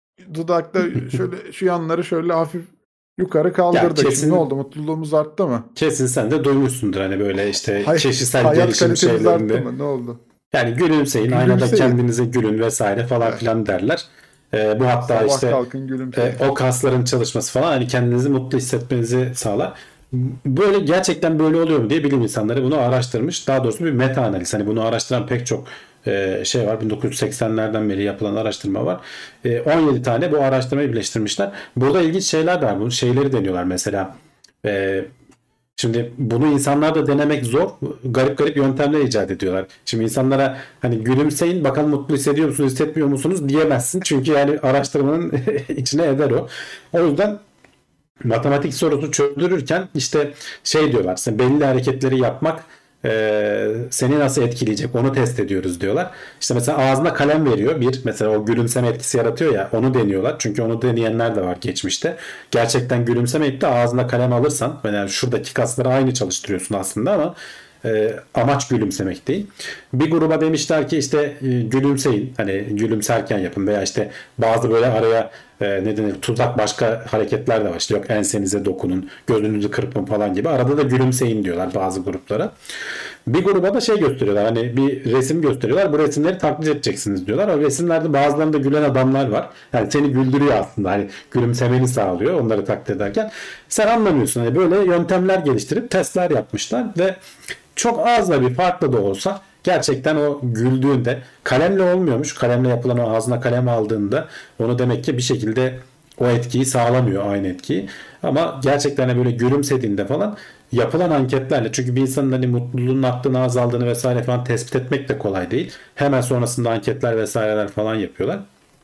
dudakta şöyle şu yanları şöyle hafif yukarı Ya kaldırdık. Şimdi ne kesin oldu? Mutluluğumuz arttı mı? kesin sen de duymuşsundur hani böyle işte Hay kişisel hayat gelişim kalitemiz arttı şeylerinde. mı? Ne oldu? Yani gülümseyin, aynada Gülümseyin. kendinize gülün vesaire falan Evet. filan derler. Ee, bu hatta Sabah işte kalkın e, gülümseyin. o kasların çalışması falan hani kendinizi mutlu hissetmenizi sağlar. Böyle gerçekten böyle oluyor mu diye bilim insanları bunu araştırmış. Daha doğrusu bir meta analiz. Hani bunu araştıran pek çok e, şey var. bin dokuz yüz seksenlerden beri yapılan araştırma var. E, on yedi tane bu araştırmayı birleştirmişler. Burada ilginç şeyler de var. Bu şeyleri deniyorlar mesela. E, Şimdi bunu insanlar da denemek zor. Garip garip yöntemler icat ediyorlar. Şimdi insanlara hani gülümseyin bakalım mutlu hissediyor musunuz hissetmiyor musunuz diyemezsin. Çünkü yani araştırmanın içine eder o. O yüzden matematik sorusu çözdürürken işte şey diyorlar. Sen belli hareketleri yapmak e, seni nasıl etkileyecek onu test ediyoruz diyorlar. İşte mesela ağzına kalem veriyor. Bir mesela o gülümseme etkisi yaratıyor ya onu deniyorlar. Çünkü onu deneyenler de var geçmişte. Gerçekten gülümsemeyip de ağzına kalem alırsan yani şuradaki kasları aynı çalıştırıyorsun aslında ama e, amaç gülümsemek değil. Bir gruba demişler ki işte e, gülümseyin. Hani gülümserken yapın veya işte bazı böyle araya e, ne denir tuzak başka hareketler de var. İşte yok ensenize dokunun, gözünüzü kırpın falan gibi. Arada da gülümseyin diyorlar bazı gruplara. Bir gruba da şey gösteriyorlar. Hani bir resim gösteriyorlar. Bu resimleri taklit edeceksiniz diyorlar. O resimlerde bazılarında gülen adamlar var. Yani seni güldürüyor aslında. Hani gülümsemeni sağlıyor onları taklit ederken. Sen anlamıyorsun. Hani böyle yöntemler geliştirip testler yapmışlar ve çok az da bir farklı da olsa gerçekten o güldüğünde kalemle olmuyormuş. Kalemle yapılan o ağzına kalem aldığında onu demek ki bir şekilde o etkiyi sağlamıyor aynı etkiyi. Ama gerçekten hani böyle gülümsediğinde falan yapılan anketlerle çünkü bir insanın hani mutluluğunun arttığını azaldığını vesaire falan tespit etmek de kolay değil. Hemen sonrasında anketler vesaireler falan yapıyorlar.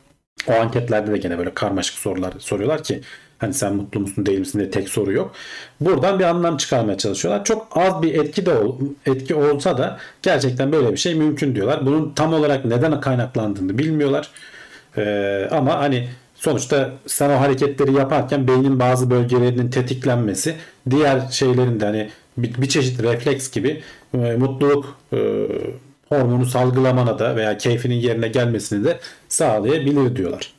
O anketlerde de gene böyle karmaşık sorular soruyorlar ki hani sen mutlu musun değil misin diye tek soru yok. Buradan bir anlam çıkarmaya çalışıyorlar. Çok az bir etki de ol, etki olsa da gerçekten böyle bir şey mümkün diyorlar. Bunun tam olarak neden kaynaklandığını bilmiyorlar. Ee, ama hani sonuçta sen o hareketleri yaparken beynin bazı bölgelerinin tetiklenmesi diğer şeylerin de hani bir, bir çeşit refleks gibi e, mutluluk e, hormonu salgılamana da veya keyfinin yerine gelmesini de sağlayabilir diyorlar.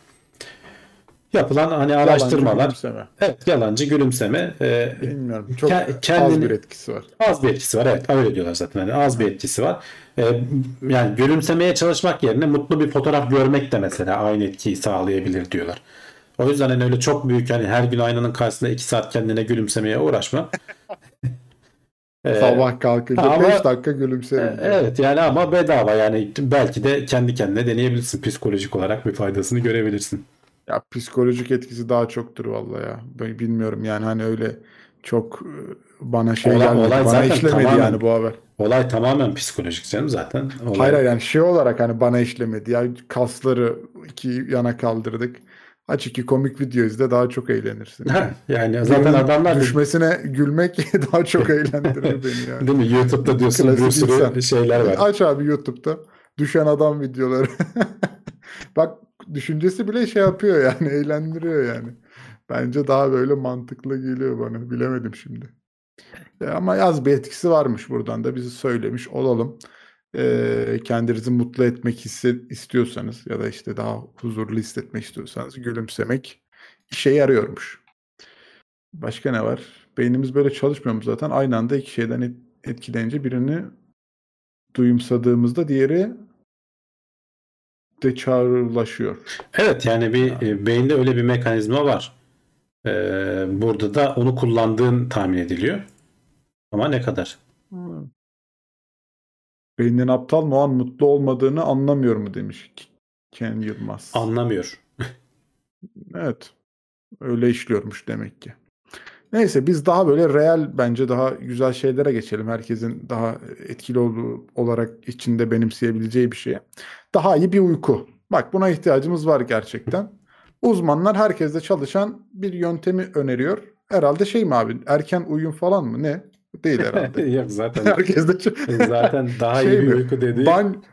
Yapılan hani Yalancı araştırmalar gülümseme. evet yalancı gülümseme e, Bilmiyorum. Çok ke- az bir kendini etkisi var. az bir etkisi var evet öyle diyorlar zaten hani az bir etkisi var. E, yani gülümsemeye çalışmak yerine mutlu bir fotoğraf görmek de mesela aynı etkiyi sağlayabilir diyorlar. O yüzden hani öyle çok büyük hani her gün aynanın karşısında iki saat kendine gülümsemeye uğraşma. Ee, Sabah kalkınca ama beş dakika e, gülümserim diyor. evet yani ama bedava yani belki de kendi kendine deneyebilirsin. Psikolojik olarak bir faydasını görebilirsin. Ya psikolojik etkisi daha çoktur vallahi ya. Ben bilmiyorum yani hani öyle çok e, bana şey Olay, gelmedi. olay Bana zaten işlemedi tamamen yani bu haber. olay tamamen psikolojik canım zaten. Hayır Olay hayır, yani şey olarak hani bana işlemedi. Ya kasları iki yana kaldırdık. Aç iki komik video izle, daha çok eğlenirsin yani. ha, yani zaten Birinin adamlar da düşmesine gülmek daha çok eğlendirir beni yani. değil mi? YouTube'da diyorsun bir Klasik sürü insan. şeyler var. Aç abi YouTube'da düşen adam videoları. Bak, düşüncesi bile şey yapıyor yani, eğlendiriyor yani. Bence daha böyle mantıklı geliyor bana. Bilemedim şimdi. E, ama az bir etkisi varmış, buradan da bizi söylemiş olalım. E, kendinizi mutlu etmek hisse- istiyorsanız ya da işte daha huzurlu hissetmek istiyorsanız gülümsemek işe yarıyormuş. Başka ne var? Beynimiz böyle çalışmıyor mu zaten? Aynı anda iki şeyden et- etkilenince birini duyumsadığımızda diğeri de çağrılaşıyor. Evet yani bir Yani, e, beyinde öyle bir mekanizma var. Ee, burada da onu kullandığın tahmin ediliyor. Ama ne kadar? hmm. Beynin aptal mı, o an mutlu olmadığını anlamıyor mu demiş Ken Yılmaz. Anlamıyor. Evet, öyle işliyormuş demek ki. Neyse, biz daha böyle real, bence daha güzel şeylere geçelim. Herkesin daha etkili olduğu olarak içinde benimseyebileceği bir şeye. Daha iyi bir uyku. Bak, buna ihtiyacımız var gerçekten. Uzmanlar herkeste çalışan bir yöntemi öneriyor. Herhalde şey mi abi? Erken uyum falan mı? Ne? Değil herhalde. Yok zaten Herkeste ç- zaten daha iyi şey bir mi? uyku dediği Ban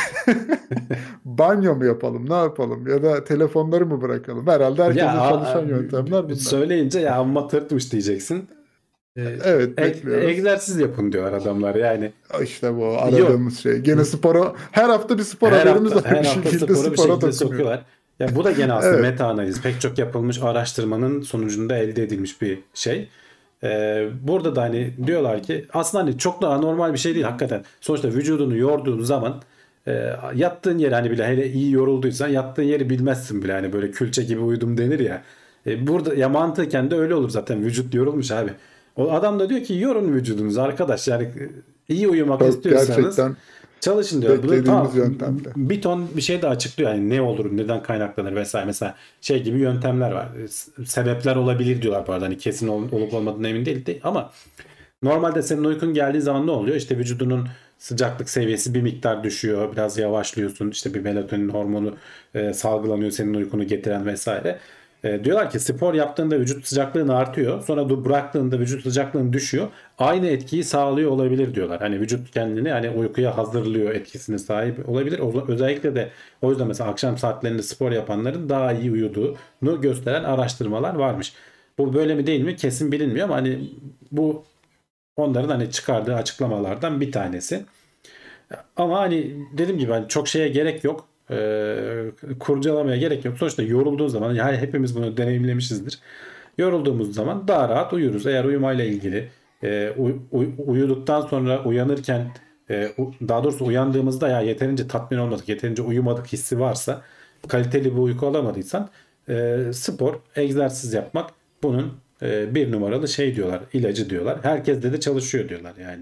banyo mu yapalım? Ne yapalım? Ya da telefonları mı bırakalım? Herhalde ya herkeste a- çalışan a- yöntemler bunlar. söyleyince ya amma tırtmış diyeceksin. Ee, Evet, e- bekliyoruz. egzersiz yapın diyorlar adamlar yani. İşte bu Yok. aradığımız şey. Gene spora, her hafta bir spor Her haberimiz hafta var. her Bir hafta şekilde sporu bir spora şekilde dokunuyor. sokuyorlar. Ya bu da gene aslında Evet. meta analiz. Pek çok yapılmış araştırmanın sonucunda elde edilmiş bir şey. Ee, burada da hani diyorlar ki aslında hani çok da anormal bir şey değil hakikaten. Sonuçta vücudunu yorduğun zaman e, yattığın yeri hani bile hele iyi yorulduysan yattığın yeri bilmezsin bile hani böyle külçe gibi uyudum denir ya. E, burada ya mantıken de öyle olur zaten vücut yorulmuş abi. O adam da diyor ki yorun vücudunuzu arkadaş yani e, iyi uyumak Çok istiyorsanız gerçekten çalışın diyor. Bu da beklediğimiz tamam yöntemde. bir ton bir şey de açıklıyor. Yani ne olur, neden kaynaklanır vesaire. Mesela şey gibi yöntemler var. S- Sebepler olabilir diyorlar bu arada. Hani kesin ol- olup olmadığına emin değil, değil. Ama normalde senin uykun geldiği zaman ne oluyor? İşte vücudunun sıcaklık seviyesi bir miktar düşüyor. Biraz yavaşlıyorsun. İşte bir melatonin hormonu e, salgılanıyor senin uykunu getiren vesaire. E, diyorlar ki spor yaptığında vücut sıcaklığın artıyor. Sonra du- bıraktığında vücut sıcaklığın düşüyor. Aynı etkiyi sağlıyor olabilir diyorlar. Hani vücut kendini hani uykuya hazırlıyor etkisine sahip olabilir. O- özellikle de o yüzden mesela akşam saatlerinde spor yapanların daha iyi uyuduğunu gösteren araştırmalar varmış. Bu böyle mi değil mi kesin bilinmiyor ama hani bu onların hani çıkardığı açıklamalardan bir tanesi. Ama hani dediğim gibi hani çok şeye gerek yok. Ee, kurcalamaya gerek yok. Sonuçta yorulduğun zaman yani hepimiz bunu deneyimlemişizdir. Yorulduğumuz zaman daha rahat uyuruz. Eğer uyumayla ilgili e, uy- uy- uyuduktan sonra uyanırken e, u- daha doğrusu uyandığımızda ya yeterince tatmin olmadık, yeterince uyumadık hissi varsa kaliteli bir uyku alamadıysan e, spor, egzersiz yapmak bunun e, bir numaralı şey diyorlar, ilacı diyorlar. Herkeste de çalışıyor diyorlar yani.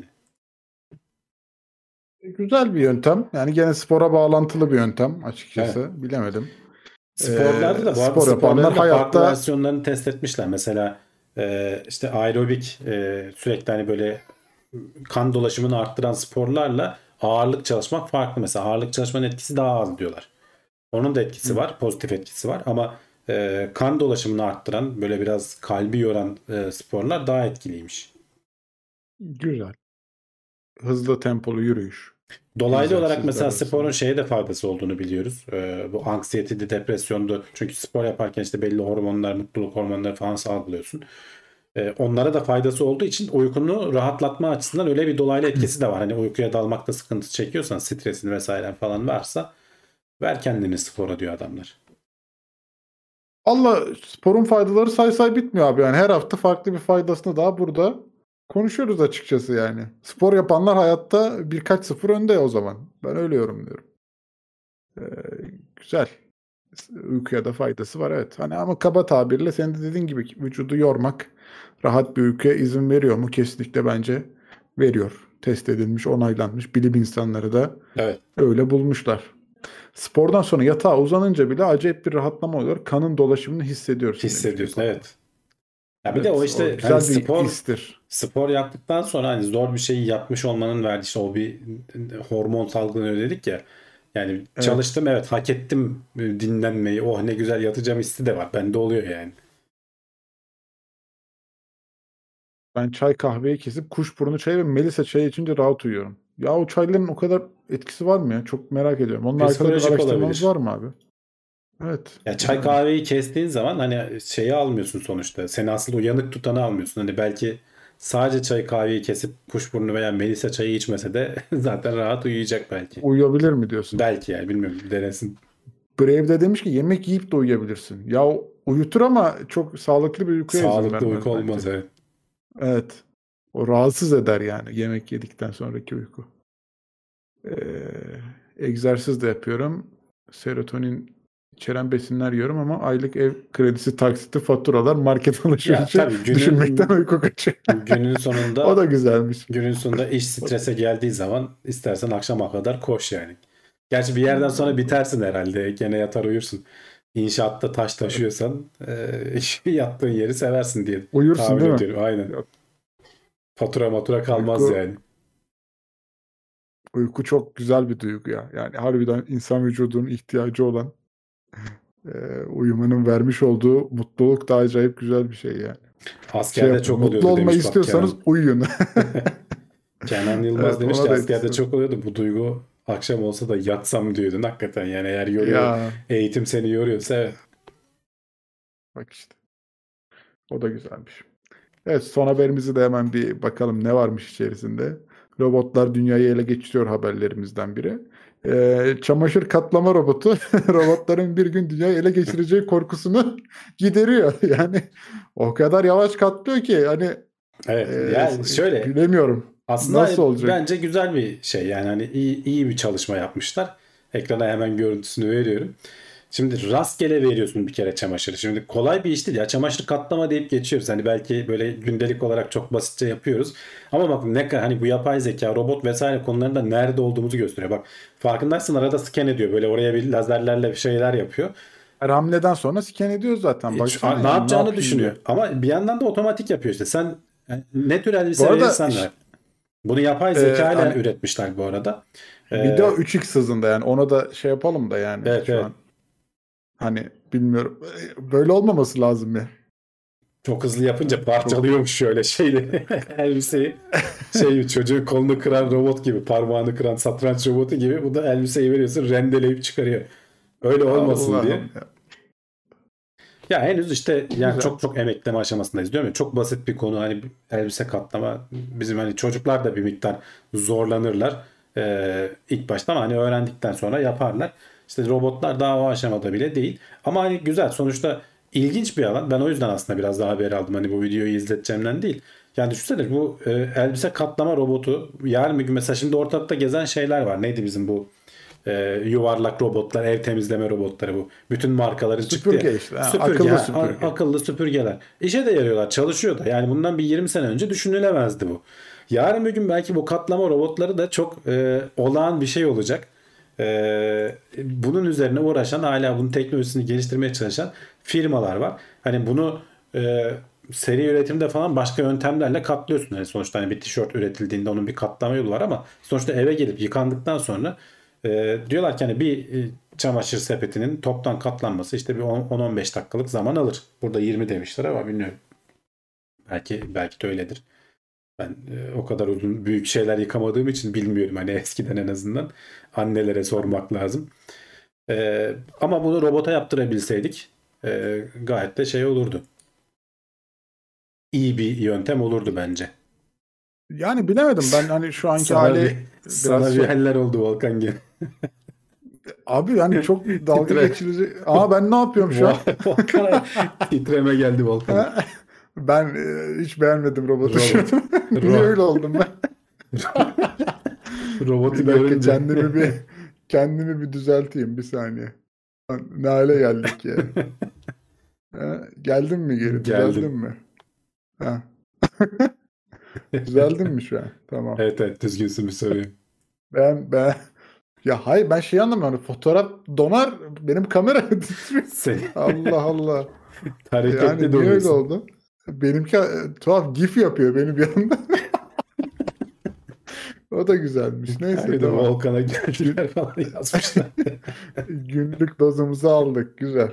Güzel bir yöntem. Yani gene spora bağlantılı bir yöntem Evet. açıkçası. Bilemedim. Ee, Sporlarda da bu arada spor yapanlar sporların da farklı hayatta versiyonlarını test etmişler. Mesela e, işte aerobik e, sürekli hani böyle kan dolaşımını arttıran sporlarla ağırlık çalışmak farklı. Mesela ağırlık çalışmanın etkisi daha az diyorlar. Onun da etkisi var, pozitif etkisi var ama e, kan dolaşımını arttıran böyle biraz kalbi yoran e, sporlar daha etkiliymiş. güzel. Hızlı tempolu yürüyüş. Dolaylı olarak Egzersizler mesela sporun arasında. şeye de faydası olduğunu biliyoruz. Ee, bu anksiyetedi, depresyondu. Çünkü spor yaparken işte belli hormonlar, mutluluk hormonları falan salgılıyorsun. Ee, onlara da faydası olduğu için uykunu rahatlatma açısından öyle bir dolaylı etkisi de var. Hani uykuya dalmakta sıkıntı çekiyorsan, stresin vesaire falan varsa ver kendini spora diyor adamlar. Valla sporun faydaları say say bitmiyor abi. Yani her hafta farklı bir faydasını daha burada konuşuyoruz açıkçası yani. Spor yapanlar hayatta birkaç sıfır önde o zaman. Ben öyle yorumluyorum. Ee, güzel. Uykuya da faydası var, evet. Hani ama kaba tabirle senin de dediğin gibi vücudu yormak rahat bir uykuya izin veriyor mu? Kesinlikle bence veriyor. Test edilmiş, onaylanmış. Bilim insanları da Evet. öyle bulmuşlar. Spordan sonra yatağa uzanınca bile acayip bir rahatlama oluyor. Kanın dolaşımını hissediyorsun. demiş Hissediyorsun, bir evet. Ya bir Evet, de o o işte güzel hani bir spor histir. spor yaptıktan sonra hani zor bir şeyi yapmış olmanın verdiği işte o bir hormon salgılanıyor dedik ya. Yani Evet. çalıştım, evet, hak ettim dinlenmeyi. Oh ne güzel yatacağım hissi de var. Bende oluyor yani. Ben çay kahveyi kesip kuşburnu çayı ve melisa çayı içince rahat uyuyorum. Ya o çayların o kadar etkisi var mı ya? Çok merak ediyorum. Onunla alakalı bir Psikolojik araştırmanız olabilir. var mı abi? Evet. Ya çay Yani kahveyi kestiğin zaman hani şeyi almıyorsun sonuçta. Seni asıl uyanık tutanı almıyorsun. Hani belki sadece çay kahveyi kesip kuşburnu veya melisa çayı içmese de zaten rahat uyuyacak belki. uyuyabilir mi diyorsun? Belki yani bilmiyorum, denesin. Brave'de demiş ki yemek yiyip de uyuyabilirsin. Ya o uyutur ama çok sağlıklı bir uykuya izin Sağlıklı vermez uyku bence. olmaz, evet. Evet. O rahatsız eder yani yemek yedikten sonraki uyku. Ee, egzersiz de yapıyorum. Serotonin içeren besinler yiyorum ama aylık ev kredisi, taksiti, faturalar, market Ya alışverişi tabii günün düşünmekten uyku kaçıyor. günün O sonunda da güzelmiş. günün sonunda iş strese geldiği zaman istersen akşama kadar koş yani. Gerçi bir yerden sonra bitersin herhalde. Gene yatar uyursun. İnşaatta taş taşıyorsan e, yattığın yeri seversin diye Uyursun tahmin değil mi? ediyorum. Aynen. Yok, Fatura matura kalmaz uyku, yani. uyku çok güzel bir duygu ya. Yani harbiden insan vücudunun ihtiyacı olan e, uyumanın vermiş olduğu mutluluk da acayip güzel bir şey yani. Şey Askerde yapın, çok mutlu oluyordu olmayı demiş bak istiyorsanız Kenan. uyuyun. Kenan Yılmaz Evet, demiş ona ki da askerde etkisi var. çok oluyordu. Bu duygu akşam olsa da yatsam diyordun hakikaten. Yani eğer yoruyor, Ya eğitim seni yoruyorsa evet. bak işte. O da güzelmiş. Evet, son haberimizi de hemen bir bakalım ne varmış içerisinde. Robotlar dünyayı ele geçiriyor haberlerimizden biri. Ee, çamaşır katlama robotu robotların bir gün dünyayı ele geçireceği korkusunu gideriyor. Yani o kadar yavaş katlıyor ki hani Evet. e, Yani şöyle, bilemiyorum aslında nasıl hani olacak. bence güzel bir şey yani hani iyi, iyi bir çalışma yapmışlar. Ekrana hemen görüntüsünü veriyorum. Şimdi rastgele veriyorsun bir kere çamaşırı. Şimdi kolay bir iş değil ya. Çamaşır katlama deyip geçiyoruz. Hani belki böyle gündelik olarak çok basitçe yapıyoruz. Ama bak ne kadar hani bu yapay zeka, robot vesaire konularında nerede olduğumuzu gösteriyor. Bak farkındaysın, arada scan ediyor. Böyle oraya bir lazerlerle bir şeyler yapıyor. Her hamleden sonra scan ediyor zaten. E, ç- Baksana a- ne yani ne yapacağını yapayım düşünüyor. diye. Ama bir yandan da otomatik yapıyor işte. Sen e, ne tür Bu elbise arada verirsen ver. iş- Bunu yapay e, zeka ile hani üretmişler bu arada. video Ee, üç x hızında yani onu da şey yapalım da yani evet şu evet. an. Hani bilmiyorum. Böyle olmaması lazım ya. Çok hızlı yapınca Çok parçalıyormuş şöyle şeyle elbiseyi. Şey, çocuğun kolunu kıran robot gibi, parmağını kıran satranç robotu gibi. Bu da elbiseyi veriyorsun, rendeleyip çıkarıyor. Öyle olmasın diye. Allah'ım ya. Ya henüz işte yani Güzel. çok çok emekleme aşamasındayız diyorum ya. Çok basit bir konu, hani elbise katlama. Bizim hani çocuklar da bir miktar zorlanırlar. Ee, ilk başta ama hani öğrendikten sonra yaparlar. İşte robotlar daha o aşamada bile değil. Ama hani güzel, sonuçta ilginç bir alan. Ben o yüzden aslında biraz daha haber aldım. Hani bu videoyu izleteceğimden değil. Yani düşünsene bu e, elbise katlama robotu yarın bir gün mesela, şimdi ortalıkta gezen şeyler var. Neydi bizim bu e, yuvarlak robotlar, ev temizleme robotları bu. Bütün markaların çıktı ya. Süpürge işte. Ha, Süpürge, akıllı ha, a- süpürge. akıllı süpürgeler. İşe de yarıyorlar, çalışıyor da. Yani bundan bir yirmi sene önce düşünülemezdi bu. Yarın bir gün belki bu katlama robotları da çok e, olağan bir şey olacak. E, bunun üzerine uğraşan, hala bunun teknolojisini geliştirmeye çalışan firmalar var. Hani bunu e, seri üretimde falan başka yöntemlerle katlıyorsun. Yani sonuçta hani bir tişört üretildiğinde onun bir katlama yolu var ama sonuçta eve gelip yıkandıktan sonra e, diyorlar ki hani bir e, çamaşır sepetinin toptan katlanması işte bir on on beş dakikalık zaman alır. Burada yirmi demişler ama bilmiyorum. Belki belki de öyledir. Ben e, o kadar uzun büyük şeyler yıkamadığım için bilmiyorum. Hani eskiden en azından annelere sormak lazım. E, ama bunu robota yaptırabilseydik e, gayet de şey olurdu. İyi bir yöntem olurdu bence. Yani bilemedim ben hani şu anki Sana bir hali biraz sana bir şey. haller oldu Volkan gene. Abi yani çok dalga Titre. geçirici. Aa ben ne yapıyorum şu an? Volkan'a titreme geldi Volkan'a. Ben e, hiç beğenmedim robotu şu Robot. an. Niye Ro öyle oldum ben? Robotu Bir dakika görünce. kendimi bir kendimi bir düzelteyim bir saniye. Lan ne hale geldik ya? Ha, geldin mi geri? Düzeldin Geldim. mi? Ha. Düzeldin mi şu an? Tamam. Evet evet düzgünsün bir soruyu. Ben ben ya hayır ben şey anlamıyorum. Hani fotoğraf donar benim kamera titriyor. Seni Allah Allah. hareketli Yani niye öyle donuyorsun. oldu? Benimki e, tuhaf gif yapıyor benim yanımda. O da güzelmiş. Neyse Bir de tamam. Volkan'a geldiler falan yazmışlar. Günlük dozumuzu aldık. Güzel.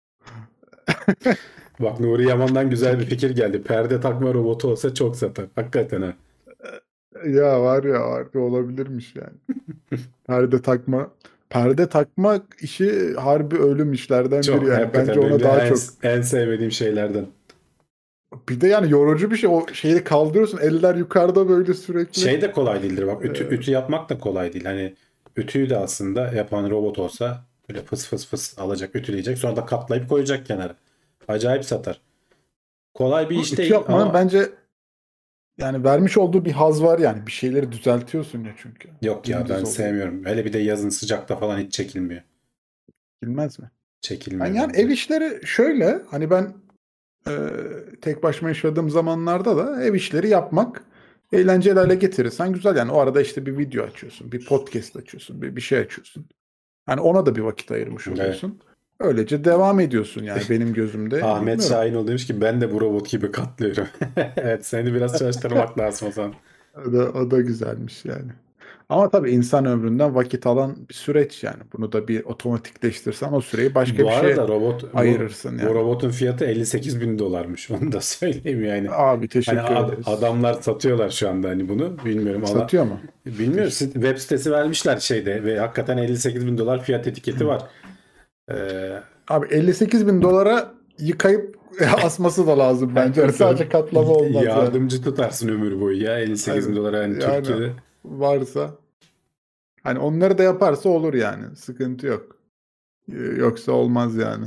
Bak Nuri Yaman'dan güzel bir fikir geldi. Perde takma robotu olsa çok satar. Hakikaten ha. Ya var ya harbi olabilirmiş yani. Perde takma. Perde takma işi harbi ölüm işlerden Çok biri yani. hakikaten Bence benim ona de daha en, çok. en sevmediğim şeylerden. Bir de yani yorucu bir şey. O şeyi kaldırıyorsun. Eller yukarıda böyle sürekli. Şey de kolay değildir bak. Ütü, Ee, ütü yapmak da kolay değil. Hani ütüyü de aslında yapan robot olsa böyle fıs fıs fıs alacak, ütüleyecek. Sonra da katlayıp koyacak kenara. Acayip satar. Kolay bir Ama iş ütü değil yapmanın ama bence yani vermiş olduğu bir haz var yani. Bir şeyleri düzeltiyorsun ya çünkü. yok ya Dümdüz ben oluyor. sevmiyorum. Hele bir de yazın sıcakta falan hiç çekilmiyor. Bilmez mi? Çekilmiyor Yani, yani bence. ev işleri şöyle hani ben e, tek başıma yaşadığım zamanlarda da ev işleri yapmak eğlenceli hale getirirsen güzel yani. O arada işte bir video açıyorsun, bir podcast açıyorsun, bir, bir şey açıyorsun. Hani ona da bir vakit ayırmış Evet. oluyorsun. Öylece devam ediyorsun yani benim gözümde. Ahmet Bilmiyorum. Şahinoğlu demiş ki ben de bu robot gibi katlıyorum. Evet seni biraz çalıştırmak lazım o zaman. O da, o da güzelmiş yani. Ama tabii insan ömründen vakit alan bir süreç yani. Bunu da bir otomatikleştirsen o süreyi başka Bu bir şeye arada robot bu, ayırırsın bu yani. robotun fiyatı elli sekiz bin dolarmış. Onu da söyleyeyim yani. Abi Hani teşekkür ad- ederiz. adamlar satıyorlar şu anda hani bunu. Bilmiyorum ama Satıyor mu? bilmiyorum. Sit- Web sitesi vermişler şeyde ve hakikaten elli sekiz bin dolar fiyat etiketi var. Ee, Abi elli sekiz bin dolara yıkayıp asması da lazım bence. Yani sadece katlama olmaz yani. Yardımcı tutarsın ömür boyu ya elli sekiz bin Yani- dolara yani, yani Türkiye'de. varsa hani onları da yaparsa olur yani. Sıkıntı yok. Ee, Yoksa olmaz yani.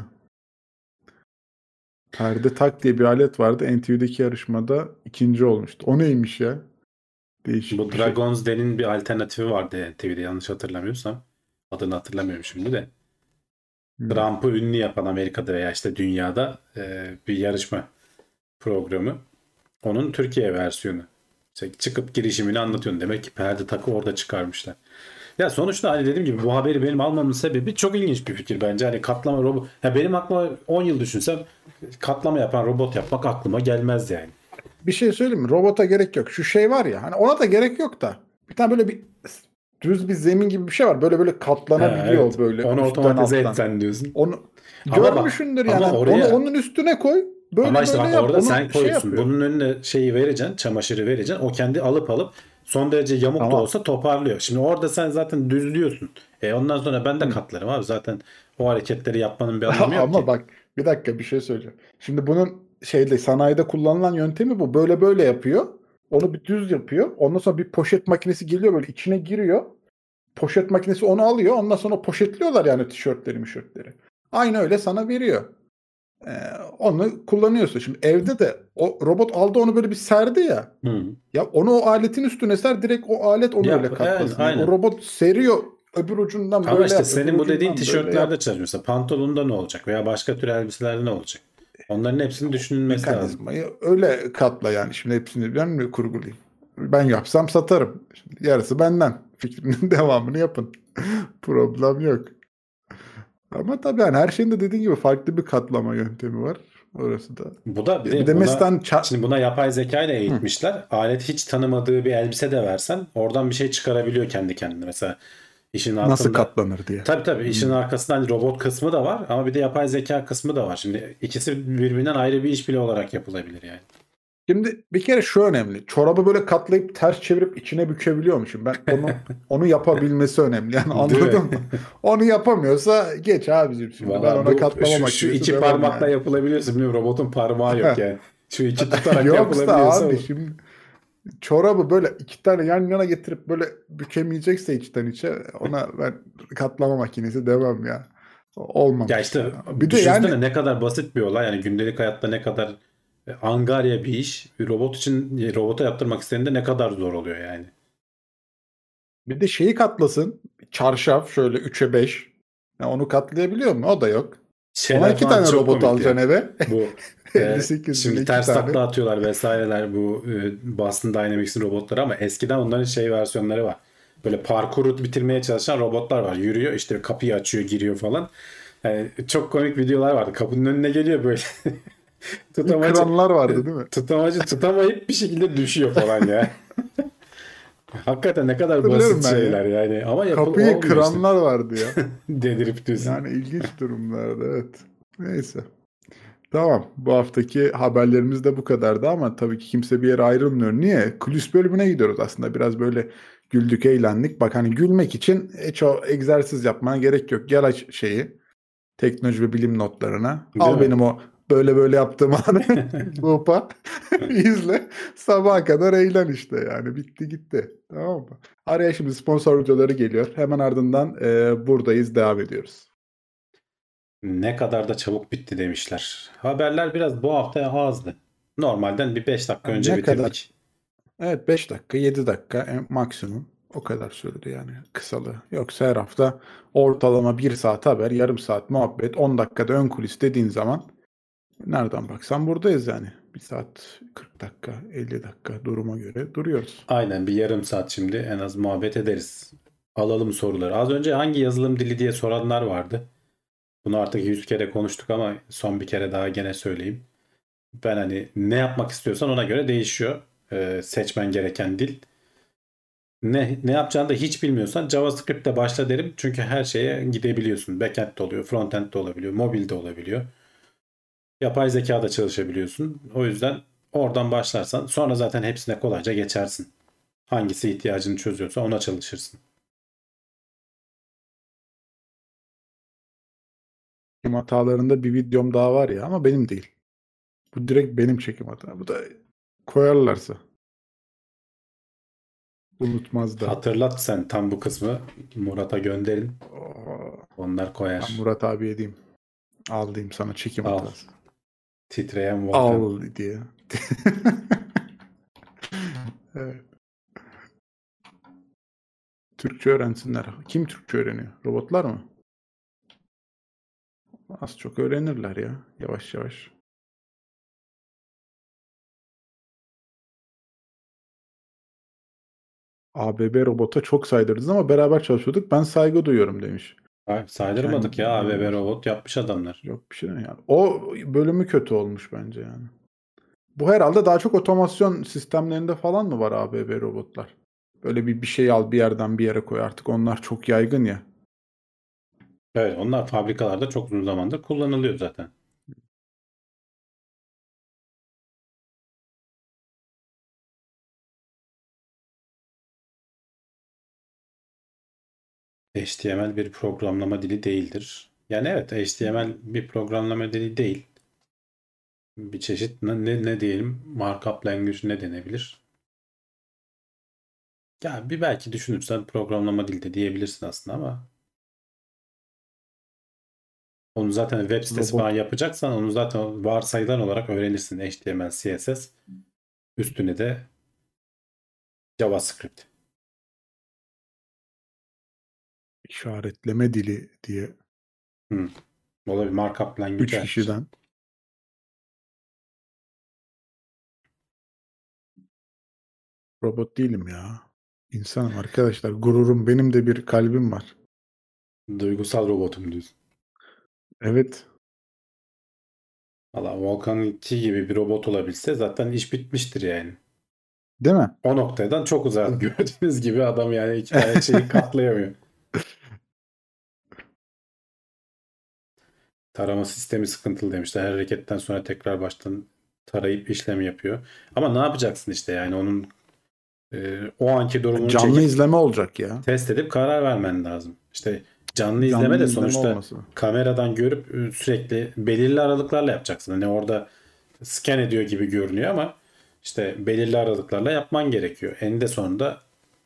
Perde tak diye bir alet vardı. N T V'deki yarışmada ikinci olmuştu. O neymiş ya? Değişik Bu bir şey. Dragon's Den'in bir alternatifi vardı T V'de yanlış hatırlamıyorsam. Adını hatırlamıyorum şimdi de. Hmm. Trump'ı ünlü yapan Amerika'da veya işte dünyada e, bir yarışma programı. Onun Türkiye versiyonu. İşte çıkıp girişimini anlatıyorsun. Demek ki perde takı orada çıkarmışlar. Ya sonuçta hani dediğim gibi bu haberi benim almamın sebebi çok ilginç bir fikir bence. Hani katlama robot. Ya benim aklıma on yıl düşünsem katlama yapan robot yapmak aklıma gelmez yani. Bir şey söyleyeyim mi? Robota gerek yok. Şu şey var ya hani ona da gerek yok da. Bir tane böyle bir düz bir zemin gibi bir şey var. Böyle böyle katlanabiliyor Ha, evet. böyle Onu üstten otomatize alttan. etsen diyorsun. Onu Ama bak, görmüşsündür ama yani. oraya- Onu onun üstüne koy. Böyle Ama işte böyle bak yap. orada Onu sen şey koyuyorsun. yapıyor. Bunun önüne şeyi vereceksin, çamaşırı vereceksin. O kendi alıp alıp son derece yamuk da Tamam. olsa toparlıyor. Şimdi orada sen zaten düzlüyorsun. E ondan sonra ben de katlarım abi. Zaten o hareketleri yapmanın bir anlamı yok Ama ki. bak bir dakika bir şey söyleyeceğim. Şimdi bunun şeyde sanayide kullanılan yöntemi bu. Böyle böyle yapıyor. Onu bir düz yapıyor. Ondan sonra bir poşet makinesi geliyor böyle içine giriyor. Poşet makinesi onu alıyor. Ondan sonra poşetliyorlar yani tişörtleri mişörtleri. Aynı öyle sana veriyor. Ee, onu kullanıyorsun. Şimdi evde de o robot aldı onu böyle bir serdi ya. Hı. Ya onu o aletin üstüne ser direkt o alet onu Yap, öyle katlasın. evet, Yani aynen. o robot seriyor öbür ucundan Ama böyle işte yap, senin öbür bu dediğin ucundan böyle tişörtlerde yap. çalışıyor. Mesela pantolonda ne olacak? Veya başka tür elbiselerde ne olacak? Onların hepsinin düşünülmesi lazım. Mekanizmayı öyle katla yani. Şimdi hepsini ben mi kurgulayayım? Ben yapsam satarım. Şimdi yarısı benden. Fikrimin devamını yapın. Problem yok. Ama tabii yani her şeyin de dediğin gibi farklı bir katlama yöntemi var. Orası da. Bu da bir Bir de, de buna, mesela ça- şimdi buna yapay zeka ile eğitmişler. Alet hiç tanımadığı bir elbise de versen oradan bir şey çıkarabiliyor kendi kendine. Mesela işin altında. nasıl katlanır diye. Tabii tabii işin arkasında hani robot kısmı da var ama bir de yapay zeka kısmı da var. Şimdi ikisi birbirinden ayrı bir iş bile olarak yapılabilir yani. Şimdi bir kere şu önemli. Çorabı böyle katlayıp ters çevirip içine bükebiliyormuşum. Ben onu onu yapabilmesi önemli. Yani Değil anladın mi? mı? Onu yapamıyorsa geç abicim şimdi. Ben Vallahi ona bu- katlama şu, makinesi şu iki demem parmakla yani. yapılabiliyorsa bilmiyorum robotun parmağı yok yani. Şu iki tutarak Yoksa yapılabiliyorsa abi o- şimdi çorabı böyle iki tane yan yana getirip böyle bükemeyecekse içten içe ona ben katlama makinesi demem ya. Olmamış. Ya işte yani. Bir de düşünsene yani ne kadar basit bir olay yani gündelik hayatta ne kadar e, angarya bir iş bir robot için e, robota yaptırmak istediğinde ne kadar zor oluyor yani. bir de şeyi katlasın. Çarşaf şöyle üçe beş. Ya onu katlayabiliyor mu? O da yok. Ona Şeyler iki falan tane çok robot komikti alacaksın ya. eve. Bu Ee, elli sekiz bin şimdi iki ters tane. takla atıyorlar vesaireler bu e, Boston Dynamics'in robotları ama eskiden onların şey versiyonları var. Böyle parkuru bitirmeye çalışan robotlar var. Yürüyor işte kapıyı açıyor giriyor falan. Yani çok komik videolar vardı. Kapının önüne geliyor böyle. tutamacı Kranlar e, vardı değil mi? tutamacı tutamayıp bir şekilde düşüyor falan ya. Hakikaten ne kadar Hatırlıyorum basit ben ya. şeyler yani ama yapıl Kapıyı olmuyor işte. kıranlar vardı ya. Dedirip diyorsun. Yani ilginç durumlardı, evet. Neyse. Tamam. Bu haftaki haberlerimiz de bu kadardı ama tabii ki kimse bir yere ayrılmıyor. Niye? Kulüs bölümüne gidiyoruz aslında. Biraz böyle güldük, eğlendik. Bak hani gülmek için hiç o egzersiz yapmana gerek yok. Gel aç şeyi. Teknoloji ve bilim notlarına. Değil Al mi? benim o böyle böyle yaptığım anı loop'a izle. Sabaha kadar eğlen işte yani. Bitti gitti. Tamam mı? Araya şimdi sponsor videoları geliyor. Hemen ardından e, buradayız. Devam ediyoruz. Ne kadar da çabuk bitti demişler. Haberler biraz bu hafta azdı. Normalden bir beş dakika Yani önce ne kadar? bitirdik. Evet, beş dakika yedi dakika en maksimum. O kadar sürdü yani kısalığı. Yoksa her hafta ortalama bir saat haber, yarım saat muhabbet, on dakikada ön kulis dediğin zaman nereden baksan buradayız yani. Bir saat kırk dakika, elli dakika duruma göre duruyoruz. Aynen bir yarım saat şimdi en az muhabbet ederiz. Alalım soruları. Az önce hangi yazılım dili diye soranlar vardı. Bunu artık yüz kere konuştuk ama son bir kere daha gene söyleyeyim. Ben hani ne yapmak istiyorsan ona göre değişiyor. Ee, seçmen gereken dil. Ne, ne yapacağını da hiç bilmiyorsan JavaScript'te başla derim. Çünkü her şeye gidebiliyorsun. Backend de oluyor, frontend de olabiliyor, mobil de olabiliyor. Yapay zeka da çalışabiliyorsun. O yüzden oradan başlarsan sonra zaten hepsine kolayca geçersin. Hangisi ihtiyacını çözüyorsa ona çalışırsın. Çekim hatalarında bir videom daha var ya ama benim değil. Bu direkt benim çekim hata. Bu da koyarlarsa. Unutmaz da. Hatırlat sen tam bu kısmı Murat'a gönderin. Oo, Onlar ben koyar. Murat abiye diyeyim. Al diyeyim sana çekim Al. hatası. Titreyen volkan. Al diye. Evet. Türkçe öğrensinler. Kim Türkçe öğreniyor? Robotlar mı? Az çok öğrenirler ya. Yavaş yavaş. A B B robota çok saydırdınız ama beraber çalışıyorduk. Ben saygı duyuyorum demiş. Ay, saydırmadık ya. Kendi A B B yorumlar. robot yapmış adamlar. Yok bir şey değil yani. O bölümü kötü olmuş bence yani. Bu herhalde daha çok otomasyon sistemlerinde falan mı var A B B robotlar? Böyle bir bir şey al bir yerden bir yere koy artık. Onlar çok yaygın ya. Evet onlar fabrikalarda çok uzun zamandır kullanılıyor zaten. H T M L bir programlama dili değildir. Yani evet H T M L bir programlama dili değil. Bir çeşit ne, ne, ne diyelim markup language ne denebilir? Ya bir belki düşünürsen programlama dili de diyebilirsin aslında ama onu zaten web sitesi Robot falan yapacaksan onu zaten varsayılan olarak öğrenirsin H T M L, C S S. Üstüne de JavaScript. işaretleme dili diye Hmm. Olabilir. Markup language. üç Evet. kişiden. Robot değilim ya. İnsanım arkadaşlar. Gururum, benim de bir kalbim var. Duygusal robotum diyorsun. Evet. Valla Volkan iki gibi bir robot olabilse zaten iş bitmiştir yani. Değil mi? O noktadan çok uzak. Gördüğünüz gibi adam yani iki tane şeyi katlayamıyor. Tarama sistemi sıkıntılı demişler. Her hareketten sonra tekrar baştan tarayıp işlem yapıyor. Ama ne yapacaksın işte yani onun e, o anki durumunu Canlı çekip izleme olacak ya. test edip karar vermen lazım. İşte canlı izleme Canlı de izleme sonuçta olması. kameradan görüp e, sürekli belirli aralıklarla yapacaksın. Hani orada scan ediyor gibi görünüyor ama işte belirli aralıklarla yapman gerekiyor. Eninde sonunda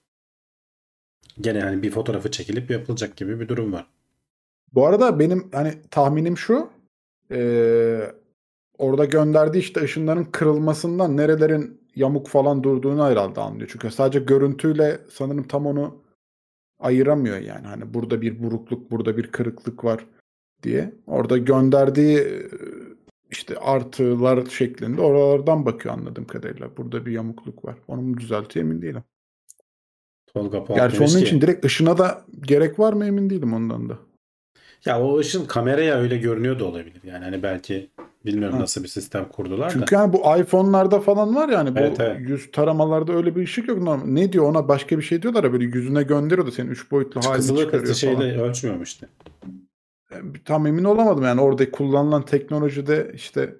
gene hani bir fotoğrafı çekilip yapılacak gibi bir durum var. Bu arada benim hani tahminim şu. Ee, orada gönderdiği işte ışınların kırılmasından nerelerin yamuk falan durduğunu herhalde anlıyor. Çünkü sadece görüntüyle sanırım tam onu ayıramıyor yani. Hani burada bir burukluk, burada bir kırıklık var diye. Orada gönderdiği işte artılar şeklinde oralardan bakıyor anladığım kadarıyla. Burada bir yamukluk var. Onu mu düzeltiyor emin değilim. Tolga Polat Gerçi demiş onun için ki direkt ışına da gerek var mı emin değilim ondan da. ya o ışın kameraya öyle görünüyor da olabilir. Yani hani belki bilmiyorum Ha. nasıl bir sistem kurdular Çünkü da. yani bu iPhone'larda falan var yani bu Evet, evet. yüz taramalarda öyle bir ışık yok. Normal. Ne diyor ona başka bir şey diyorlar ya böyle yüzüne gönderiyor da senin üç boyutlu halini Kızılı çıkarıyor şeyle falan. ölçmüyormuştu. Yani tam emin olamadım yani orada kullanılan teknolojide işte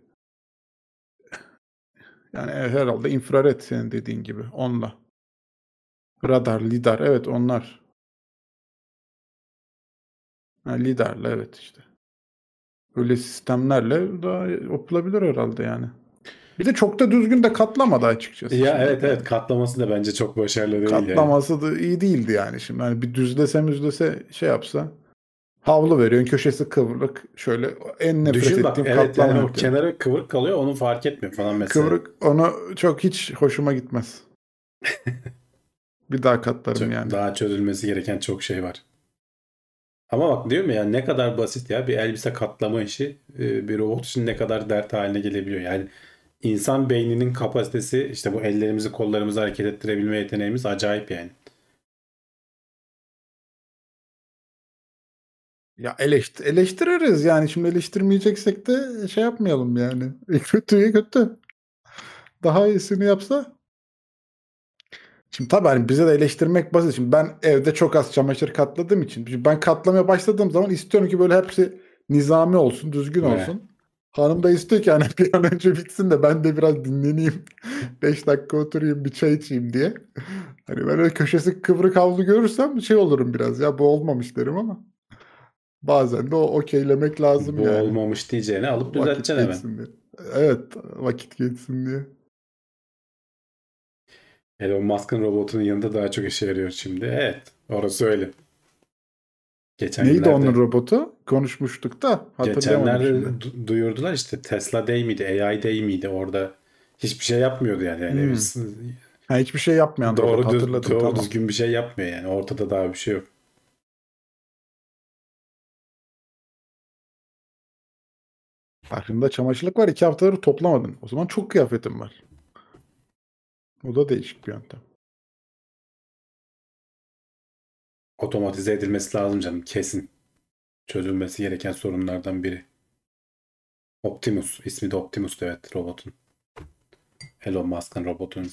yani herhalde infrared senin dediğin gibi onunla. Radar, lidar evet onlar. Ha, lidarla evet işte. Öyle sistemlerle daha yapılabilir herhalde yani. Bir de çok da düzgün de katlamadı açıkçası Ya şimdi. evet, evet, Yani katlaması da bence çok başarılı değil yani. katlaması da iyi değildi yani şimdi. Hani bir düzlese müzlese şey yapsa havlu veriyorsun köşesi kıvrık şöyle en nefret Düşün bak, ettiğim evet, yani katlama o yapıyor. kenarı kıvırık kalıyor, onu fark etmiyor falan mesela. Kıvrık onu çok hiç hoşuma gitmez. Bir daha katlarım Çok, yani. daha çözülmesi gereken çok şey var. Ama bak diyorum ya, ne kadar basit ya bir elbise katlama işi e, bir robot için ne kadar dert haline gelebiliyor. Yani insan beyninin kapasitesi, işte bu ellerimizi kollarımızı hareket ettirebilme yeteneğimiz acayip yani. Ya eleştir eleştiririz yani şimdi eleştirmeyeceksek de şey yapmayalım yani. Kötüye kötü. Daha iyisini yapsa. Şimdi tabii hani bize de eleştirmek basit. Şimdi ben evde çok az çamaşır katladığım için. Şimdi ben katlamaya başladığım zaman istiyorum ki böyle hepsi nizami olsun, düzgün Ve olsun. Hanım da istiyor ki hani bir an önce bitsin de ben de biraz dinleneyim. beş dakika oturayım bir çay içeyim diye. Hani ben öyle köşesi kıvrık havlu görürsem şey olurum biraz ya bu olmamış derim ama. Bazen de o okeylemek lazım bu yani. olmamış diyeceğine alıp Vakit düzelteceksin hemen. geçsin diye. Evet, vakit geçsin diye. Elon Musk'ın robotunun yanında daha çok işe yarıyor şimdi. Evet, orası öyle. Geçen Neydi onun günlerde robotu? Konuşmuştuk da hatırlayamadım geçenlerde şimdi. du- duyurdular işte, Tesla Day miydi, A I Day miydi, orada hiçbir şey yapmıyordu yani. Yani Hmm. Ha, hiçbir şey yapmayan robot doğru düz, hatırladım doğru tamam. düzgün bir şey yapmıyor yani. Ortada daha bir şey yok. Karşında çamaşırlık var iki haftaları toplamadın. O zaman çok kıyafetin var. O da değişik bir yöntem. Otomatize edilmesi lazım canım, kesin. Çözülmesi gereken sorunlardan biri. Optimus. İsmi de Optimus, evet, robotun. Elon Musk'ın robotun.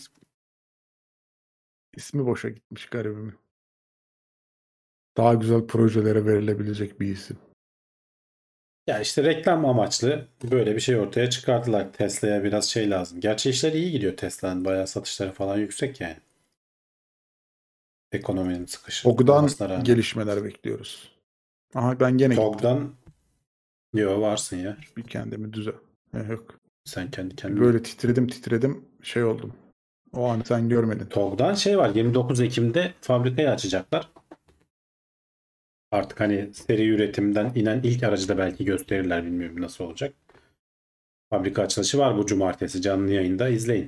İsmi boşa gitmiş garibimin. Daha güzel projelere verilebilecek bir isim. Ya işte reklam amaçlı böyle bir şey ortaya çıkardılar. Tesla'ya biraz şey lazım. Gerçi işleri iyi gidiyor Tesla'nın. Bayağı satışları falan yüksek yani. Ekonominin sıkışık Og'dan olmasına rağmen. gelişmeler bekliyoruz. Aha ben gene gittim. T O G'dan yo varsın ya. Bir kendimi düze. E, yok. Sen kendi Bir kendine. böyle titredim titredim şey oldum. O an sen görmedin. T O G'dan şey var, yirmi dokuz Ekim'de fabrikayı açacaklar. Artık hani seri üretimden inen ilk aracı da belki gösterirler, bilmiyorum nasıl olacak. Fabrika açılışı var bu cumartesi, canlı yayında izleyin.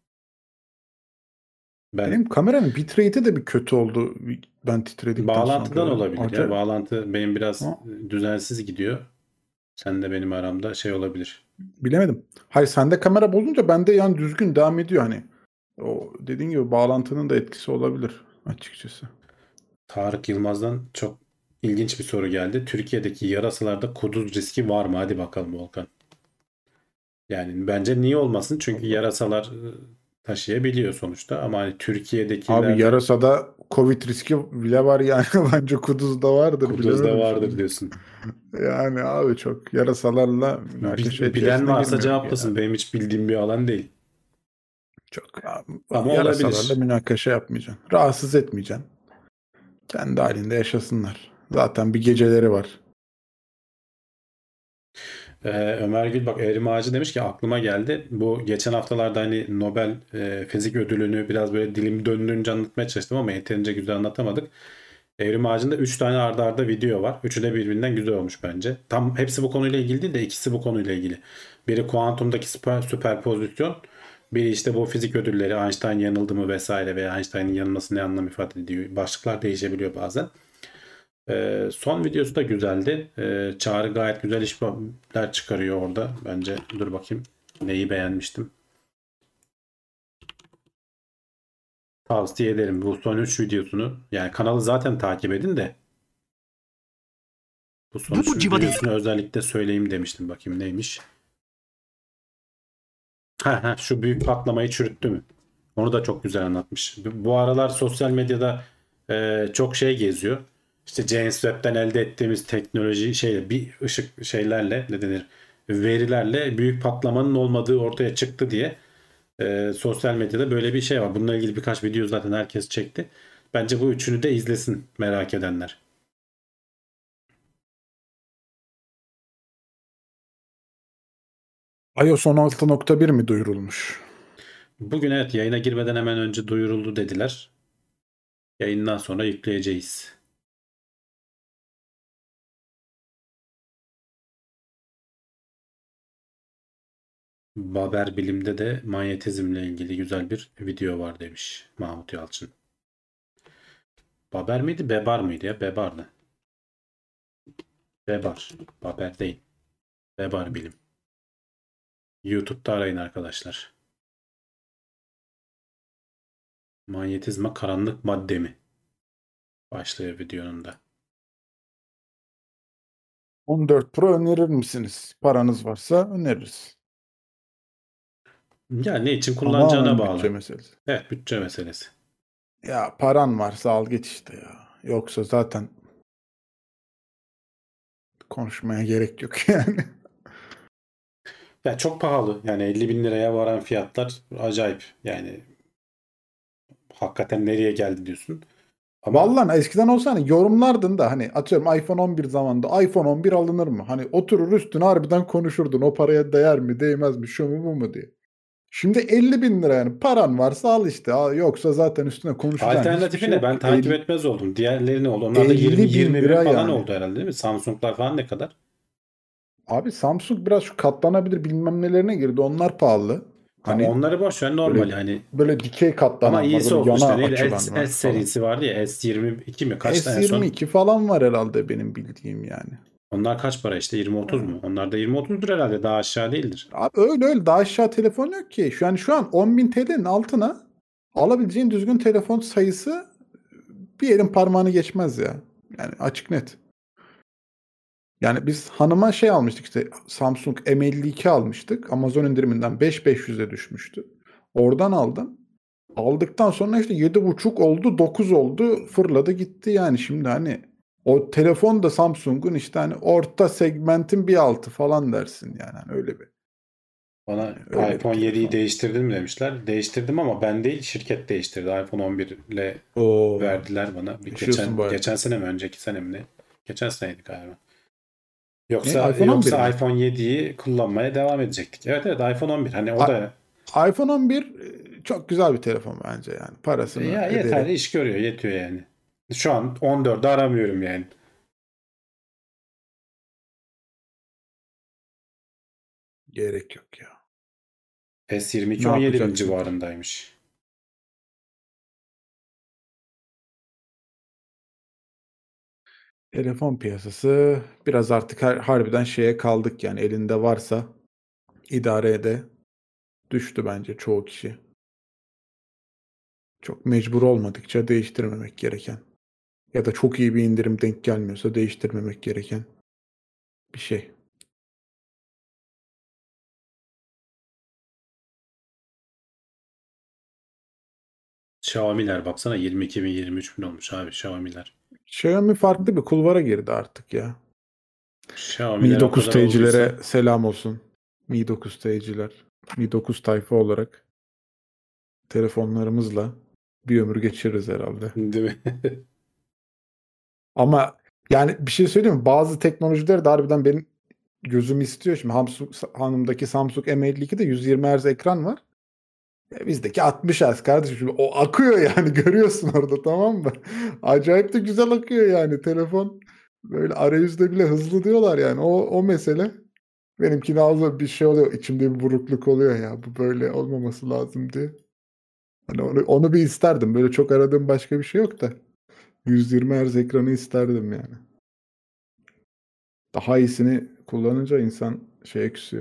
Ben Benim kameranın bitrate'i de bir kötü oldu. Ben titredikten sonra bağlantıdan ya. olabilir ya. Acayip. Bağlantı benim biraz Ha, düzensiz gidiyor. Sen de benim aramda şey olabilir. bilemedim. Hayır sende kamera bozunca bende yani düzgün devam ediyor hani. O dediğin gibi bağlantının da etkisi olabilir açıkçası. Tarık Yılmaz'dan çok ilginç bir soru geldi. Türkiye'deki yarasalarda kuduz riski var mı? Hadi bakalım Volkan. Yani bence niye olmasın? Çünkü Allah. yarasalar e, taşıyabiliyor sonuçta. Ama hani Abi Türkiye'dekiler yarasada Covid riski bile var yani. Bence kuduzda vardır kuduz da bilemedim vardır şimdi. diyorsun. Yani abi çok yarasalarla münakaşa Bi- Bilen içerisine varsa girmiyorum cevaplasın. genelde. Benim hiç bildiğim bir alan değil. Çok abi, Ama yarasalarla olabilir. münakaşa yapmayacaksın. Rahatsız etmeyeceksin. Kendi halinde yaşasınlar. Zaten bir geceleri var. Ee, Ömer Gül bak, Evrim Ağacı demiş ki aklıma geldi. Bu geçen haftalarda hani Nobel e, Fizik Ödülünü biraz böyle dilim döndüğünce anlatmaya çalıştım ama yeterince güzel anlatamadık. Evrim Ağacı'nda üç tane arda arda video var. Üçü de birbirinden güzel olmuş bence. Tam hepsi bu konuyla ilgili değil de ikisi bu konuyla ilgili. Biri kuantumdaki süper, süperpozisyon. Biri işte bu fizik ödülleri, Einstein yanıldı mı vesaire veya Einstein'ın yanılması ne anlam ifade ediyor. Başlıklar değişebiliyor bazen. Ee, son videosu da güzeldi. Ee, Çağrı gayet güzel işler çıkarıyor orada. Bence dur bakayım neyi beğenmiştim. Tavsiye ederim bu son üç videosunu. Yani kanalı zaten takip edin de. Bu son üç videosunu özellikle söyleyeyim demiştim. Bakayım neymiş. Ha, ha, şu büyük patlamayı çürüttü mü? Onu da çok güzel anlatmış. Bu aralar sosyal medyada e, çok şey geziyor. İşte James Webb'den elde ettiğimiz teknoloji şeyle bir ışık şeylerle ne denir verilerle büyük patlamanın olmadığı ortaya çıktı diye e, sosyal medyada böyle bir şey var. Bununla ilgili birkaç video zaten herkes çekti. Bence bu üçünü de izlesin merak edenler. iOS on altı nokta bir mi duyurulmuş? Bugün evet yayına girmeden hemen önce duyuruldu dediler. Yayından sonra yükleyeceğiz. Baber Bilim'de de manyetizmle ilgili güzel bir video var demiş Mahmut Yalçın. Baber miydi? Bebar mıydı ya? Bebar'dı. Bebar. Baber değil. Bebar Bilim. YouTube'da arayın arkadaşlar. Manyetizma karanlık madde mi? Başlıyor videonun da. on dört Pro önerir misiniz? Paranız varsa öneririz. Ya ne için kullanacağına Tamamen bütçe bağlı. meselesi. Evet, bütçe meselesi. Ya paran varsa al geç işte ya. Yoksa zaten konuşmaya gerek yok yani. Ya çok pahalı. Yani elli bin liraya varan fiyatlar acayip. Yani hakikaten nereye geldi diyorsun. Ama Vallahi eskiden olsa hani yorumlardın da hani atıyorum iPhone on bir zamanında iPhone on bir alınır mı? Hani oturur üstüne harbiden konuşurdun. O paraya değer mi değmez mi şu mu bu mu diye. Şimdi elli bin lira yani paran varsa al işte. Al, yoksa zaten üstüne konuşacağın hiçbir alternatifi şey ne? yok. Ben takip elli etmez oldum. Diğerleri ne oldu? Onlar da elli yirmi bin yirmi bir lira falan yani. oldu herhalde değil mi? Samsung'lar falan ne kadar? Abi Samsung biraz şu katlanabilir bilmem nelerine girdi. Onlar pahalı. Tamam, Hani onları boş ver, normal böyle hani. böyle dikey Ama katlanan var. iyisi Böyle olsun işte. yana Neydi? S, açılan S var falan. serisi vardı ya. S yirmi iki mi? Kaçta en son? S yirmi iki falan var herhalde benim bildiğim yani. Onlar kaç para işte? yirmi otuz Ha. mu? Onlar da yirmi otuzdur herhalde. Daha aşağı değildir. Abi öyle öyle daha aşağı telefon yok ki. Şu an şu an on bin T L'nin altına alabileceğin düzgün telefon sayısı bir elin parmağını geçmez ya. Yani açık net. Yani biz hanıma şey almıştık işte Samsung M elli iki almıştık. Amazon indiriminden beş bin beş yüze düşmüştü. Oradan aldım. Aldıktan sonra işte yedi buçuk oldu, dokuz oldu, fırladı gitti yani şimdi hani o telefon da Samsung'un işte hani orta segmentin bir altı falan dersin yani hani öyle bir Bana öyle bir iPhone yediyi telefon. değiştirdin mi demişler. Değiştirdim ama ben değil, şirket değiştirdi. iPhone on bir ile Oo, verdiler bana. Bir yaşıyorsun geçen bari. geçen sene mi? Önceki sene mi ne? Geçen seneydi galiba. Ne? Yoksa iPhone on bir yoksa mi? iPhone yediyi kullanmaya devam edecektik. Evet evet, iPhone on bir. Hani o da A- iPhone on bir e, çok güzel bir telefon bence yani. Parasını ya yeter, ederi. iş görüyor, yetiyor yani. Şu an on dördü aramıyorum yani. Gerek yok ya. S yirmi iki Ne on yedi bin yapacaksın ki? civarındaymış. Telefon piyasası biraz artık har- harbiden şeye kaldık yani elinde varsa idare ede düştü bence çoğu kişi. Çok mecbur olmadıkça değiştirmemek gereken ya da çok iyi bir indirim denk gelmiyorsa değiştirmemek gereken bir şey. Xiaomi'ler baksana yirmi iki bin yirmi üç bin olmuş abi Xiaomi'ler. Xiaomi farklı bir kulvara girdi artık ya. Mi Xiaomi'ler o dokuz kadar olduysa T'cilere selam olsun. Mi dokuz T'ciler. Mi dokuz tayfa olarak telefonlarımızla bir ömür geçiririz herhalde. değil mi? Ama yani bir şey söyleyeyim mi? Bazı teknolojiler de harbiden benim gözüm istiyor. Şimdi Samsung, hanımdaki Samsung M elli ikide yüz yirmi Hz ekran var. E bizdeki altmış Hz kardeşim. Şimdi o akıyor yani görüyorsun orada tamam mı? Acayip de güzel akıyor yani telefon. Böyle arayüzde bile hızlı diyorlar yani. O, o mesele. Benimkine az bir şey oluyor. İçimde bir burukluk oluyor ya. Bu böyle olmaması lazım diye. Hani onu, onu bir isterdim. Böyle çok aradığım başka bir şey yok da. yüz yirmi Hz ekranı isterdim yani. Daha iyisini kullanınca insan şeye küsüyor.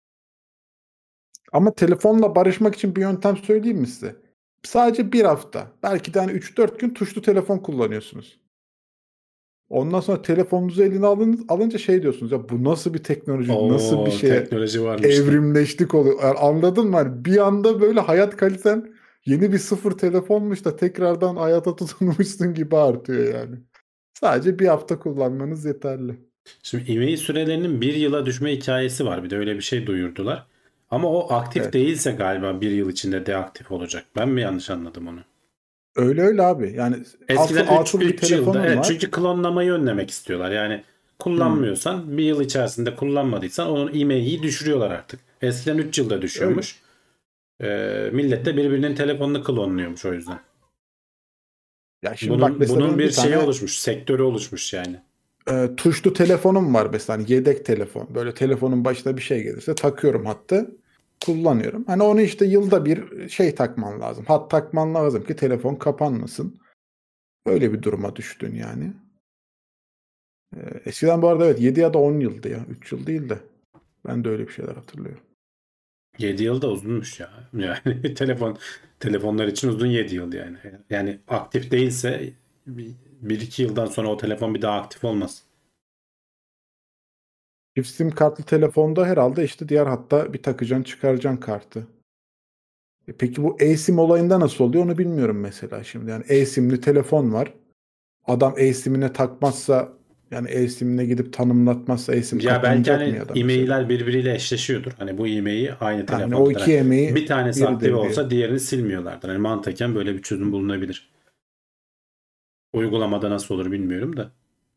Ama telefonla barışmak için bir yöntem söyleyeyim mi size? Sadece bir hafta, belki de hani üç dört gün tuşlu telefon kullanıyorsunuz. Ondan sonra telefonunuzu eline alın, alınca şey diyorsunuz ya, bu nasıl bir teknoloji, nasıl bir O şeye teknoloji varmış da. evrimleştik oluyor. Yani anladın mı? Hani bir anda böyle hayat kaliten yeni bir sıfır telefonmuş da tekrardan hayata tutunmuşsun gibi artıyor yani. Sadece bir hafta kullanmanız yeterli. Şimdi email sürelerinin bir yıla düşme hikayesi var. Bir de öyle bir şey duyurdular. Ama o aktif Evet. değilse galiba bir yıl içinde deaktif olacak. Ben mi yanlış anladım onu? Öyle öyle abi. Yani asıl Eskiden üç atıl bir üç yılda, telefonun evet, var. çünkü klonlamayı önlemek istiyorlar. Yani Hmm, kullanmıyorsan bir yıl içerisinde kullanmadıysan onun I M E I'yi düşürüyorlar artık. Eskiden üç yılda öyle. düşüyormuş. Ee, millet de birbirinin telefonunu klonluyormuş o yüzden. Ya şimdi bak, Bunun mesela bunun benim bir bir şeyi tane oluşmuş, sektörü oluşmuş yani. e, tuşlu telefonum var mesela, hani yedek telefon. Böyle telefonun başına bir şey gelirse takıyorum hattı, kullanıyorum. Hani onu işte yılda bir şey takman lazım. Hat takman lazım ki telefon kapanmasın. Öyle bir duruma düştün yani. E, eskiden bu arada evet yedi ya da on yıldı ya. üç yıl değil de. Ben de öyle bir şeyler hatırlıyorum. yedi yıl da uzunmuş ya. Yani telefon telefonlar için uzun yedi yıl yani. Yani aktif değilse bir iki yıldan sonra o telefon bir daha aktif olmaz. Çift sim kartlı telefonda herhalde işte diğer hatta bir takacaksın, çıkaracaksın kartı. E peki bu eSIM olayında nasıl oluyor onu bilmiyorum mesela şimdi. Yani eSIM'li telefon var. Adam eSIM'ine takmazsa, yani eSIM'ine gidip tanımlatmazsa eSIM Ya belki kapanacak mı hani ya da mesela? e-mailler birbiriyle eşleşiyordur. Hani bu e-maili aynı Yani o telefondadır. iki Hani emeği bir tanesi aktif biridir diye. olsa diğerini silmiyorlardır. Hani mantıken böyle bir çözüm bulunabilir. Uygulamada nasıl olur bilmiyorum da.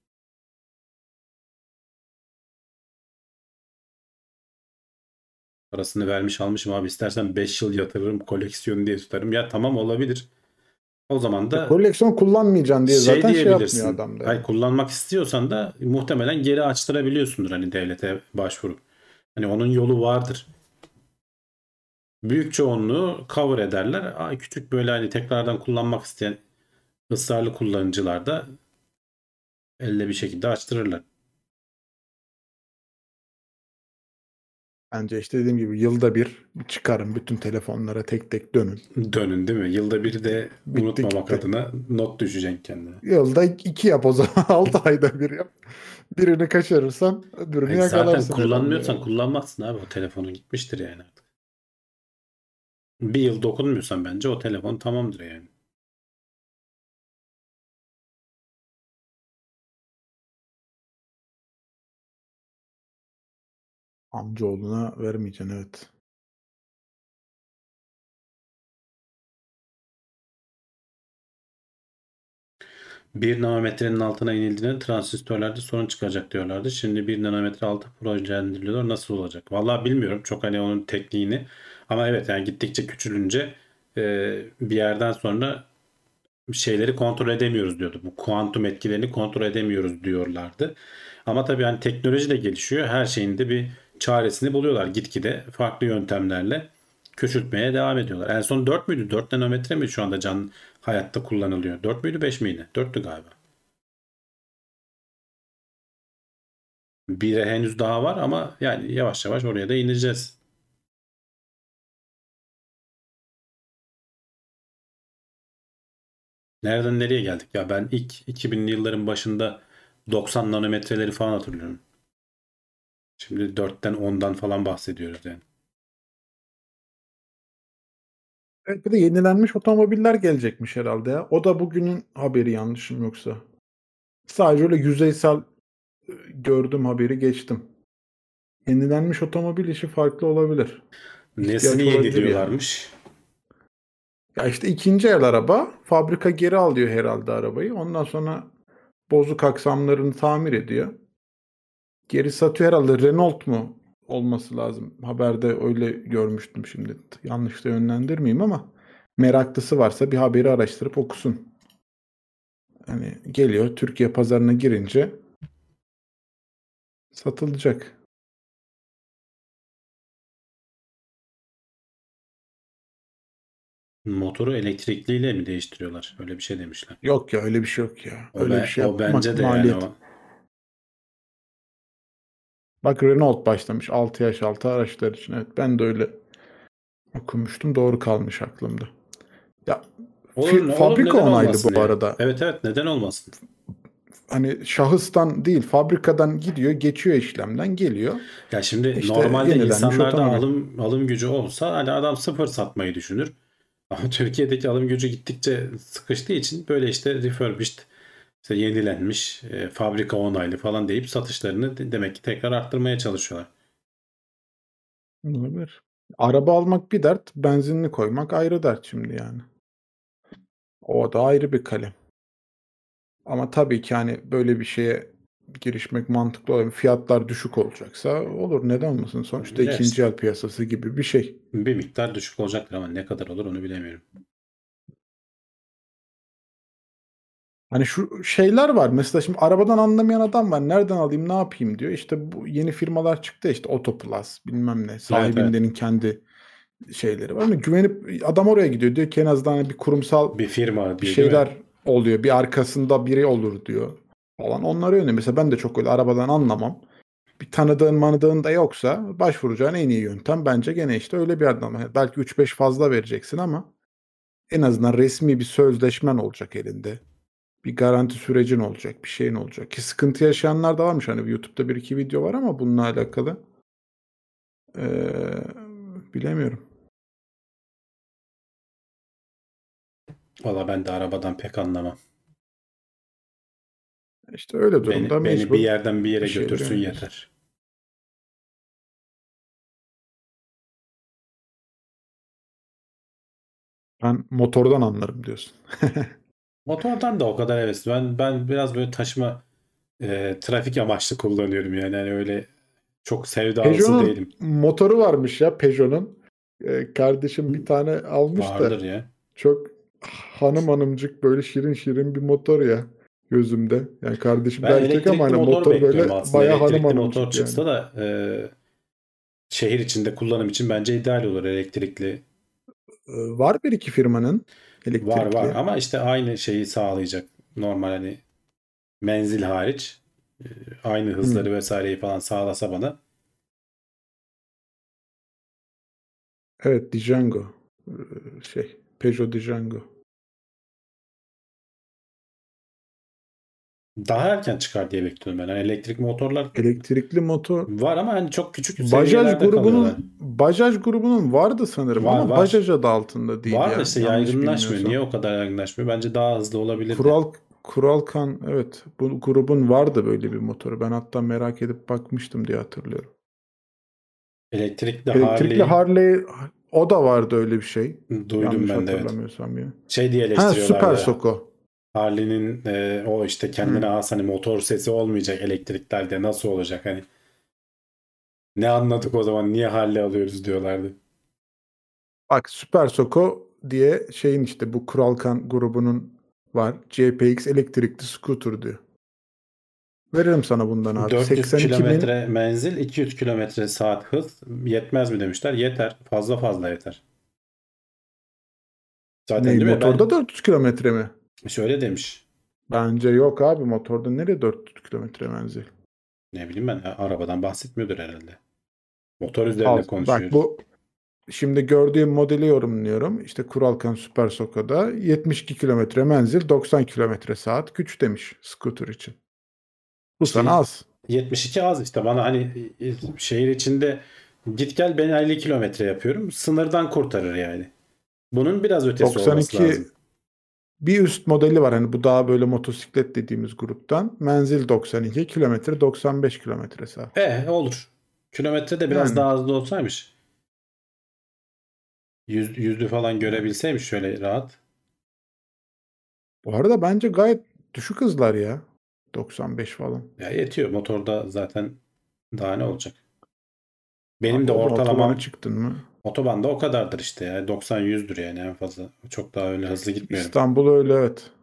Parasını vermiş almışım abi, istersen beş yıl yatırırım koleksiyonu diye tutarım. Ya tamam, olabilir. O zaman E, da koleksiyon kullanmayacaksın diye şey zaten şey yapmıyor diyebilirsin. adam da Hayır, yani. kullanmak istiyorsan da muhtemelen geri açtırabiliyorsundur hani devlete başvurup. Hani onun yolu vardır. Büyük çoğunluğu cover ederler. Aa, küçük böyle hani tekrardan kullanmak isteyen ısrarlı kullanıcılar da elle bir şekilde açtırırlar. Bence işte dediğim gibi yılda bir çıkarın, bütün telefonlara tek tek dönün. Dönün değil mi? Yılda bir Bitti. de Bitti unutmamak gitti. adına not düşeceksin kendine. Yılda iki yap o zaman. altı ayda bir yap. Birini kaçırırsan öbürünü Hayır, zaten yakalarsın herhalde kullanmıyorsan yani. kullanmazsın abi. O telefonun gitmiştir yani artık. Bir yıl dokunmuyorsan bence o telefon tamamdır yani. Amcaoğluna vermeyeceksin, evet. Bir nanometrenin altına inildiğinde transistörlerde sorun çıkacak diyorlardı. Şimdi bir nanometre altı projelendiriliyor. Nasıl olacak? Vallahi bilmiyorum çok hani onun tekniğini. Ama evet, yani gittikçe küçülünce e, bir yerden sonra şeyleri kontrol edemiyoruz diyordu. Bu kuantum etkilerini kontrol edemiyoruz diyorlardı. Ama tabii hani teknoloji de gelişiyor. Her şeyin de bir çaresini buluyorlar gitgide farklı yöntemlerle küçültmeye devam ediyorlar. En son dört müydü? Dört nanometre mi şu anda can hayatta kullanılıyor? Dört müydü, beş miydi? Dörttü galiba. Bire henüz daha var ama yani yavaş yavaş oraya da ineceğiz. Nereden nereye geldik ya? Ben ilk iki binli yılların başında doksan nanometreleri falan hatırlıyorum. Şimdi dörtten ondan falan bahsediyoruz yani. Evet, bir de yenilenmiş otomobiller gelecekmiş herhalde ya. O da bugünün haberi yanlışım yoksa. Sadece öyle yüzeysel e, gördüm haberi, geçtim. Yenilenmiş otomobil işi farklı olabilir. Nesini İhtiyaç olabilir yani. yeniliyorlarmış? Ya işte ikinci el araba, fabrika geri alıyor herhalde arabayı. Ondan sonra bozuk aksamlarını tamir ediyor. Geri satıyor herhalde. Renault mu olması lazım? Haberde öyle görmüştüm şimdi. Yanlış da yönlendirmeyeyim ama meraklısı varsa bir haberi araştırıp okusun. Hani geliyor, Türkiye pazarına girince satılacak. Motoru elektrikliyle mi değiştiriyorlar? Öyle bir şey demişler. Yok ya, öyle bir şey yok ya. O, Öyle bir be- şey o yapmak bence de yani maliyet. o. Bak, Renault başlamış altı yaş altı araçlar için. Evet, ben de öyle okumuştum. Doğru kalmış aklımda. Ya Olur, fi- ne olur, fabrika neden onaylı olmasın bu yani? arada. Evet evet, neden olmasın? Hani şahıstan değil, fabrikadan gidiyor, geçiyor işlemden, geliyor. Ya şimdi İşte normalde yenilenmiş insanlarda otomobil. alım alım gücü olsa hani adam sıfır satmayı düşünür. Ama Türkiye'deki alım gücü gittikçe sıkıştığı için böyle işte refurbished, işte yenilenmiş, e, fabrika onaylı falan deyip satışlarını de- demek ki tekrar arttırmaya çalışıyorlar. Olabilir. Araba almak bir dert, benzinli koymak ayrı dert şimdi yani. O da ayrı bir kalem. Ama tabii ki hani böyle bir şeye girişmek mantıklı olabilir. Fiyatlar düşük olacaksa olur. Neden olmasın? Sonuçta Ya ikinci işte el piyasası gibi bir şey. bir miktar düşük olacaktır ama ne kadar olur onu bilemiyorum. Hani şu şeyler var. Mesela şimdi arabadan anlamayan adam var. Nereden alayım, ne yapayım diyor. İşte bu yeni firmalar çıktı ya, işte Otoplus bilmem ne. Evet evet. Sahibindenin kendi şeyleri var. Ama güvenip adam oraya gidiyor. Diyor ki en azından hani bir kurumsal Bir firma bir diyor değil mi? şeyler oluyor. Bir arkasında biri olur diyor falan. Onlara yöneliyor. Mesela ben de çok öyle arabadan anlamam. Bir tanıdığın manıdığın da yoksa başvuracağın en iyi yöntem bence gene işte öyle bir yerden almak. Belki üç beş fazla vereceksin ama en azından resmi bir sözleşmen olacak elinde. Bir garanti sürecin olacak, bir şeyin olacak. Ki sıkıntı yaşayanlar da varmış. Hani YouTube'da bir iki video var ama bununla alakalı. Ee, bilemiyorum. Valla ben de arabadan pek anlamam. İşte öyle Beni, durumda beni bir mecbur yerden bir bir yere şeylere götürsün yöneliyorsun. yeter. Ben motordan anlarım diyorsun. Motordan da o kadar heves. Ben ben biraz böyle taşıma, e, trafik amaçlı kullanıyorum yani. Hani öyle çok sevdalısı Peugeot'un değilim. motoru varmış ya, Peugeot'un. Ee, kardeşim bir tane almış da Vardır ya. çok hanım hanımcık böyle şirin şirin bir motor ya gözümde. Yani kardeşim de Ben erkek ama elektrikli hani motor motor böyle bekliyorum aslında. baya hanım Elektrikli motor hanımcık yani. çıksa da e, şehir içinde kullanım için bence ideal olur elektrikli. Ee, var bir iki firmanın Var var elektrikli. ama işte aynı şeyi sağlayacak. Normal hani menzil hariç e, aynı Hmm. hızları vesaireyi falan sağlasa bana. Evet, Django. Ee, şey Peugeot Django. Daha erken çıkar diye bekliyorum ben. Yani elektrik motorlar Elektrikli motor. var ama hani çok küçük Bajaj seviyelerde kalıyorlar. grubunun Bajaj grubunun vardı sanırım Var ama var. Bajaj adı altında değil Var da ya. işte Yanlış yaygınlaşmıyor. Niye bilmiyorsam. o kadar yaygınlaşmıyor? Bence daha hızlı olabilirdi. Kural Kuralkan, evet, bu grubun vardı böyle bir motoru. Ben hatta merak edip bakmıştım diye hatırlıyorum. Elektrikli Elektrikli Harley Harley, o da vardı öyle bir şey. duydum Yanlış ben de, evet. hatırlamıyorsam ya. Şey diye Ha, Super eleştiriyorlardı. Soko. Harley'nin e, o işte kendine Hmm. has hani motor sesi olmayacak elektriklerde nasıl olacak hani. Ne anladık o zaman, niye Harley alıyoruz diyorlardı. Bak, Super Soko diye şeyin işte bu Kuralkan grubunun var. C P X elektrikli scooter diyor. Veririm sana bundan abi. dört yüz seksen iki bin. kilometre menzil, iki yüz kilometre saat hız yetmez mi demişler. Yeter. Fazla fazla yeter. Zaten Ney, değil mi? Ben motorda dört yüz kilometre mi? şöyle demiş. Bence yok abi, motorda nereye dört yüz kilometre menzil? Ne bileyim ben, arabadan bahsetmiyordur herhalde. Motor Al üzerine bak, konuşuyoruz. bu şimdi gördüğüm modeli yorumluyorum. İşte Kuralkan Super Soko'da yetmiş iki kilometre menzil, doksan kilometre saat güç demiş scooter için. Bu sana İşte az. yetmiş iki az işte, bana hani e, şehir içinde git gel ben elli kilometre yapıyorum. Sınırdan kurtarır yani. Bunun biraz ötesi olması doksan iki lazım. bir üst modeli var. Hani bu daha böyle motosiklet dediğimiz gruptan. Menzil doksan iki kilometre, doksan beş kilometre saat. E olur. Kilometre de biraz Yani, daha hızlı olsaymış. Yüz, yüzlü falan yani. görebilseymiş şöyle rahat. Bu arada bence gayet düşük hızlar ya. doksan beş falan. Ya yetiyor. Motorda zaten daha ne olacak? Benim Abi de o da otobana ortalamam çıktın mı? otobanda o kadardır işte ya. doksan yüzdür yani en fazla. Çok daha öyle hızlı gitmiyorum. İstanbul öyle, evet.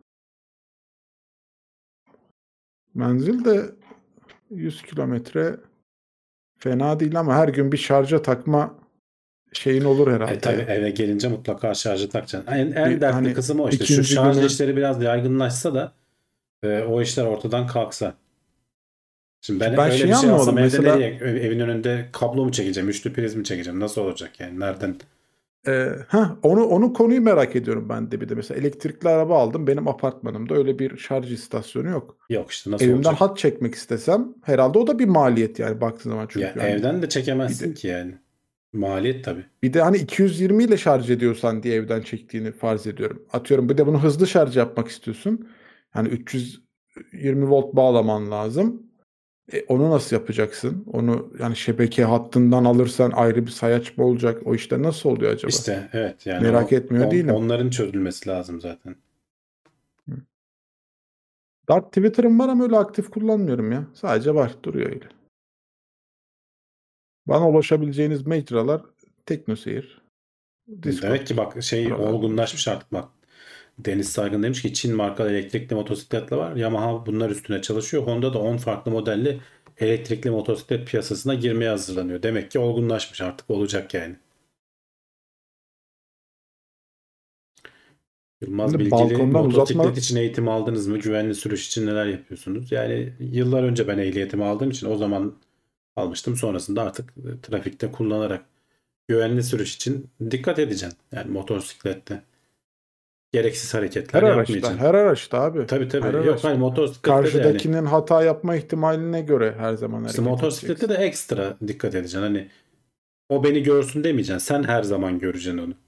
Menzil de yüz kilometre fena değil ama her gün bir şarja takma şeyin olur E herhalde tabii ya. eve gelince mutlaka şarjı takacaksın. En, en Bir dertli hani kısım o işte. Şu ikinci şarj güne işleri biraz yaygınlaşsa da e, o işler ortadan kalksa. Şimdi Ki ben ben öyle bir şeyi şey alsam anlamadım. evde nereye? Mesela Ev- Evin önünde kablo mu çekeceğim? Üçlü priz mi çekeceğim? Nasıl olacak yani? Nereden? e, heh, onu onu konuyu merak ediyorum ben de bir de. Mesela elektrikli araba aldım. Benim apartmanımda öyle bir şarj istasyonu yok. Yok işte nasıl Evimden olacak? hat çekmek istesem herhalde o da bir maliyet yani baktığın zaman, Ya çünkü hani evden de bir çekemezsin de ki yani. Maliyet tabii. bir de hani iki yüz yirmi ile şarj ediyorsan diye evden çektiğini farz ediyorum. Atıyorum bir de bunu hızlı şarj yapmak istiyorsun. Yani üç yüz yirmi volt bağlaman lazım. E, onu nasıl yapacaksın? Onu yani şebeke hattından alırsan ayrı bir sayaç mı olacak? O işler nasıl oluyor acaba? İşte evet yani Merak o etmiyor on- değilim. onların çözülmesi lazım zaten. Hı. Dark Twitter'ım var ama öyle aktif kullanmıyorum ya. Sadece var, duruyor öyle. Bana ulaşabileceğiniz mecralar TeknoSeyir, Demek Discord. ki bak şey Buralar dolaşıyor. olgunlaşmış artık bak. Deniz Saygın demiş ki Çin markalı elektrikli motosikletler var. Yamaha bunlar üstüne çalışıyor. Honda da on farklı modelli elektrikli motosiklet piyasasına girmeye hazırlanıyor. Demek ki olgunlaşmış artık olacak yani. Yılmaz Şimdi Bilgili balkondan motosiklet uzatma için eğitim aldınız mı? Güvenli sürüş için neler yapıyorsunuz? Yani yıllar önce ben ehliyetimi aldığım için o zaman almıştım. Sonrasında artık e, trafikte kullanarak güvenli sürüş için dikkat edeceksin. Yani motosiklette. Gereksiz her hareketler araçta, yapmayacaksın. her araçta abi. Tabii Her tabii. Yok hani araçta. motosiklette de yani Karşıdakinin hata yapma ihtimaline göre her zaman işte hareket motosiklette de edeceksin. ekstra dikkat edeceksin. Hani o beni görsün demeyeceksin. Sen her zaman göreceksin onu.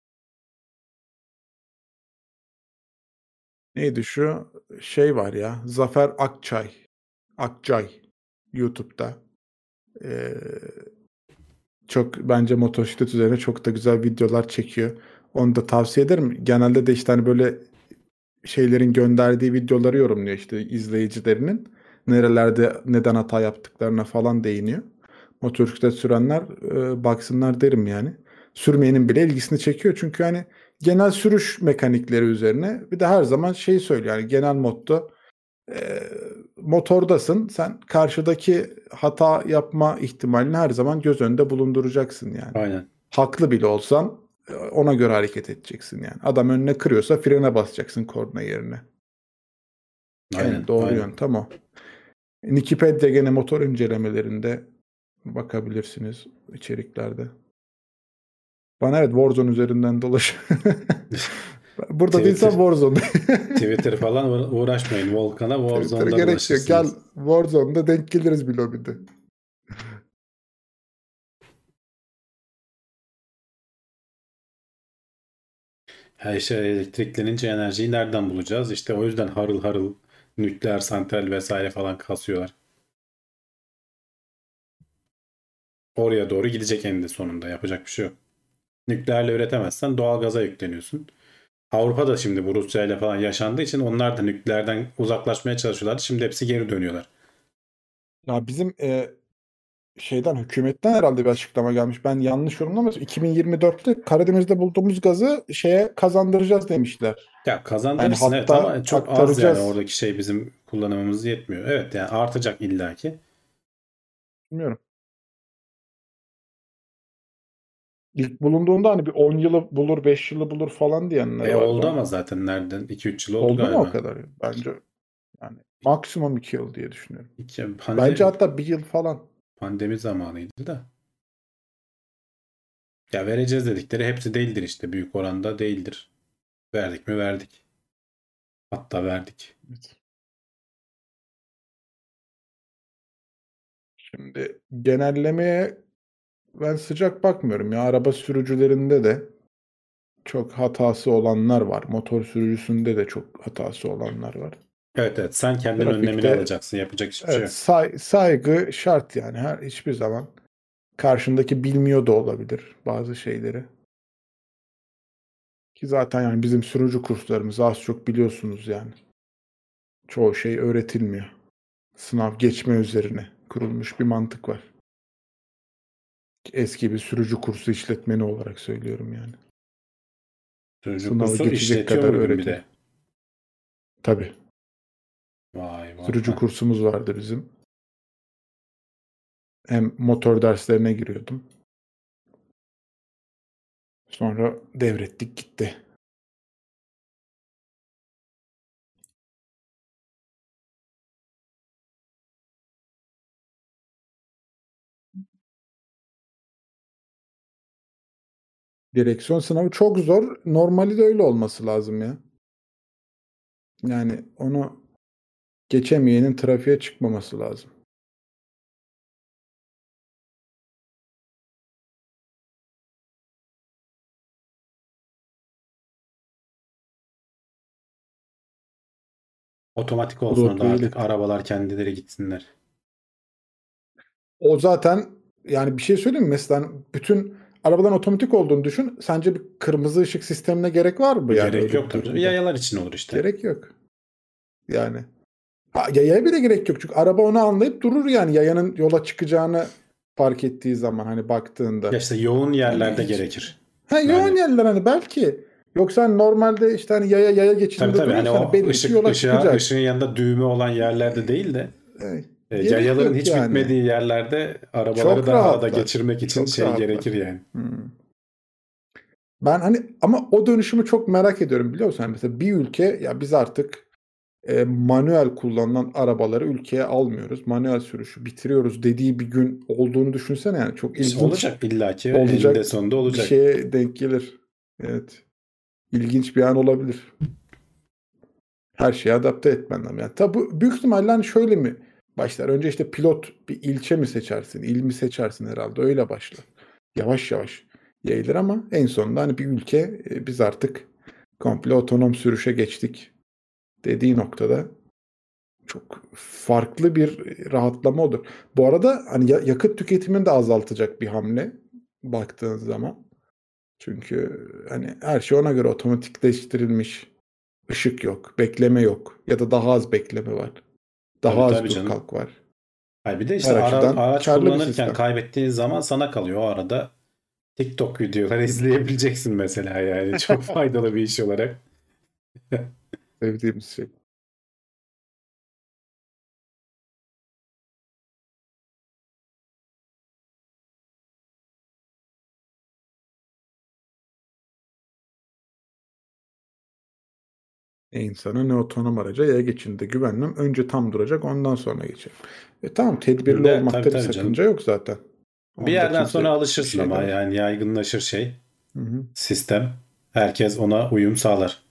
Neydi şu şey var ya, Zafer Akçay. Akçay YouTube'da. Ee, çok bence motosiklet üzerine çok da güzel videolar çekiyor. Onu da tavsiye ederim. Genelde de işte hani böyle şeylerin gönderdiği videoları yorumluyor, işte izleyicilerinin. Nerelerde neden hata yaptıklarına falan değiniyor. Motosiklet sürenler e, baksınlar derim yani. Sürmeyenin bile ilgisini çekiyor. Çünkü hani genel sürüş mekanikleri üzerine bir de her zaman şey söylüyor. Yani genel motto, e, motordasın. Sen karşıdaki hata yapma ihtimalini her zaman göz önünde bulunduracaksın yani. Aynen. Haklı bile olsan e, ona göre hareket edeceksin yani. Adam önüne kırıyorsa frene basacaksın korna yerine. En Aynen. doğru Aynen. yöntem o. Wikipedia gene motor incelemelerinde bakabilirsiniz içeriklerde. Bana evet Warzone üzerinden dolaş. Burada değilsen Twitter Warzone'da. Twitter falan uğra- uğraşmayın. Volkan'a Twitter'a Warzone'da gerek yok. Gel bulaşırsınız. Warzone'da denk geliriz bir lobide. Her şey elektriklenince enerjiyi nereden bulacağız? İşte o yüzden harıl harıl nükleer santral vesaire falan kasıyorlar. Oraya doğru gidecek eninde sonunda. Yapacak bir şey yok. Nükleerle üretemezsen doğal gaza yükleniyorsun. Avrupa'da şimdi bu Rusya ile falan yaşandığı için onlar da nükleerden uzaklaşmaya çalışıyorlardı. Şimdi hepsi geri dönüyorlar. Ya bizim e, şeyden hükümetten herhalde bir açıklama gelmiş. Ben yanlış yorumlamasam iki bin yirmi dörtte Karadeniz'de bulduğumuz gazı şeye kazandıracağız demişler. Ya Yani kazandırırsın evet hatta ama çok az yani aktaracağız. oradaki şey bizim kullanımımız yetmiyor. Evet yani artacak illaki. Bilmiyorum. İlk bulunduğunda hani bir on yılı bulur, beş yılı bulur falan diyenler E vardı oldu ama ama zaten nereden? iki üç yıl oldu oldu mu o galiba. kadar? Bence yani maksimum iki yıl diye düşünüyorum. İki, Bence pande, hatta bir yıl falan. pandemi zamanıydı da. Ya vereceğiz dedikleri hepsi değildir işte. Büyük oranda değildir. Verdik mi verdik. Hatta verdik. Evet. Şimdi genellemeye ben sıcak bakmıyorum ya. Araba sürücülerinde de çok hatası olanlar var. Motor sürücüsünde de çok hatası olanlar var. Evet evet sen kendin önlemini Trafikte alacaksın. Yapacak hiçbir şey evet yok. say- saygı şart yani. Her hiçbir zaman karşındaki bilmiyor da olabilir bazı şeyleri. Ki zaten yani bizim sürücü kurslarımız az çok biliyorsunuz yani. Çoğu şey öğretilmiyor. Sınav geçme üzerine kurulmuş bir mantık var. Eski bir sürücü kursu işletmeni olarak söylüyorum yani. Sürücü Sınavı kursu geçecek işletiyor kadar muydun bir öğretil. de? Tabii. Vay Sürücü Volkan. kursumuz vardı bizim. Hem motor derslerine giriyordum. Sonra devrettik gitti. Direksiyon sınavı çok zor. Normali de öyle olması lazım ya. Yani onu geçemeyenin trafiğe çıkmaması lazım. Otomatik olsun o da Broadway'e artık. iletti. Arabalar kendileri gitsinler. O zaten yani bir şey söyleyeyim mi? Mesela bütün arabaların otomatik olduğunu düşün. Sence bir kırmızı ışık sistemine gerek var mı yani Gerek öyle yok bir tabii canım. durumda? Yayalar için olur işte. Gerek yok. Yani. Ha, yayaya bile gerek yok. Çünkü araba onu anlayıp durur yani. Yayanın yola çıkacağını fark ettiği zaman hani baktığında. Ya işte yoğun Yani yerlerde hiç... gerekir. Ha, yoğun Yani yerler hani belki. Yoksa hani normalde işte hani yaya yaya tabii geçidinde tabii hani duruyorsa hani o belli ki ışık yola ışığa, çıkacak. ışığın yanında düğme olan yerlerde değil de E, e, gerek yayaların yok hiç yani. bitmediği yerlerde arabaları Çok da arada rahatlar. geçirmek için Çok şey rahatlar. gerekir yani. Hmm. Ben hani ama o dönüşümü çok merak ediyorum biliyor musun? Yani mesela bir ülke ya biz artık e, manuel kullanılan arabaları ülkeye almıyoruz. Manuel sürüşü bitiriyoruz dediği bir gün olduğunu düşünsene yani. Çok İşte ilginç olacak illaki eninde olacak sonunda bir olacak. şeye denk gelir. Evet. İlginç bir an olabilir. Her şeye adapte etmen lazım. Yani tabi bu büyük ihtimalle hani şöyle mi başlar? Önce işte pilot bir ilçe mi seçersin, il mi seçersin herhalde öyle başlar. Yavaş yavaş yayılır ama en sonunda hani bir ülke e, biz artık komple otonom sürüşe geçtik dediği noktada çok farklı bir rahatlama olur. Bu arada hani ya- yakıt tüketimini de azaltacak bir hamle baktığın zaman. Çünkü hani her şey ona göre otomatikleştirilmiş. Işık yok, bekleme yok ya da daha az bekleme var. Daha Tabii az tabii dur canım. kalk var. Hayır bir de işte Her ara, açıdan araç karlı bir kullanırken sistem. kaybettiğin zaman sana kalıyor. O arada TikTok videoları izleyebileceksin mesela yani. Çok faydalı bir iş olarak. Sevdiğimiz şey. E insana ne otonom araca ya geçinde güvenmem. Önce tam duracak ondan sonra geçerim. E tamam tedbirli De tabii olmakta bir tabii sakınca canım. yok zaten. Bir Onda yerden kimse sonra bir alışırsın şey ama demez. yani yaygınlaşır şey. Hı hı. Sistem. Herkes ona uyum sağlar.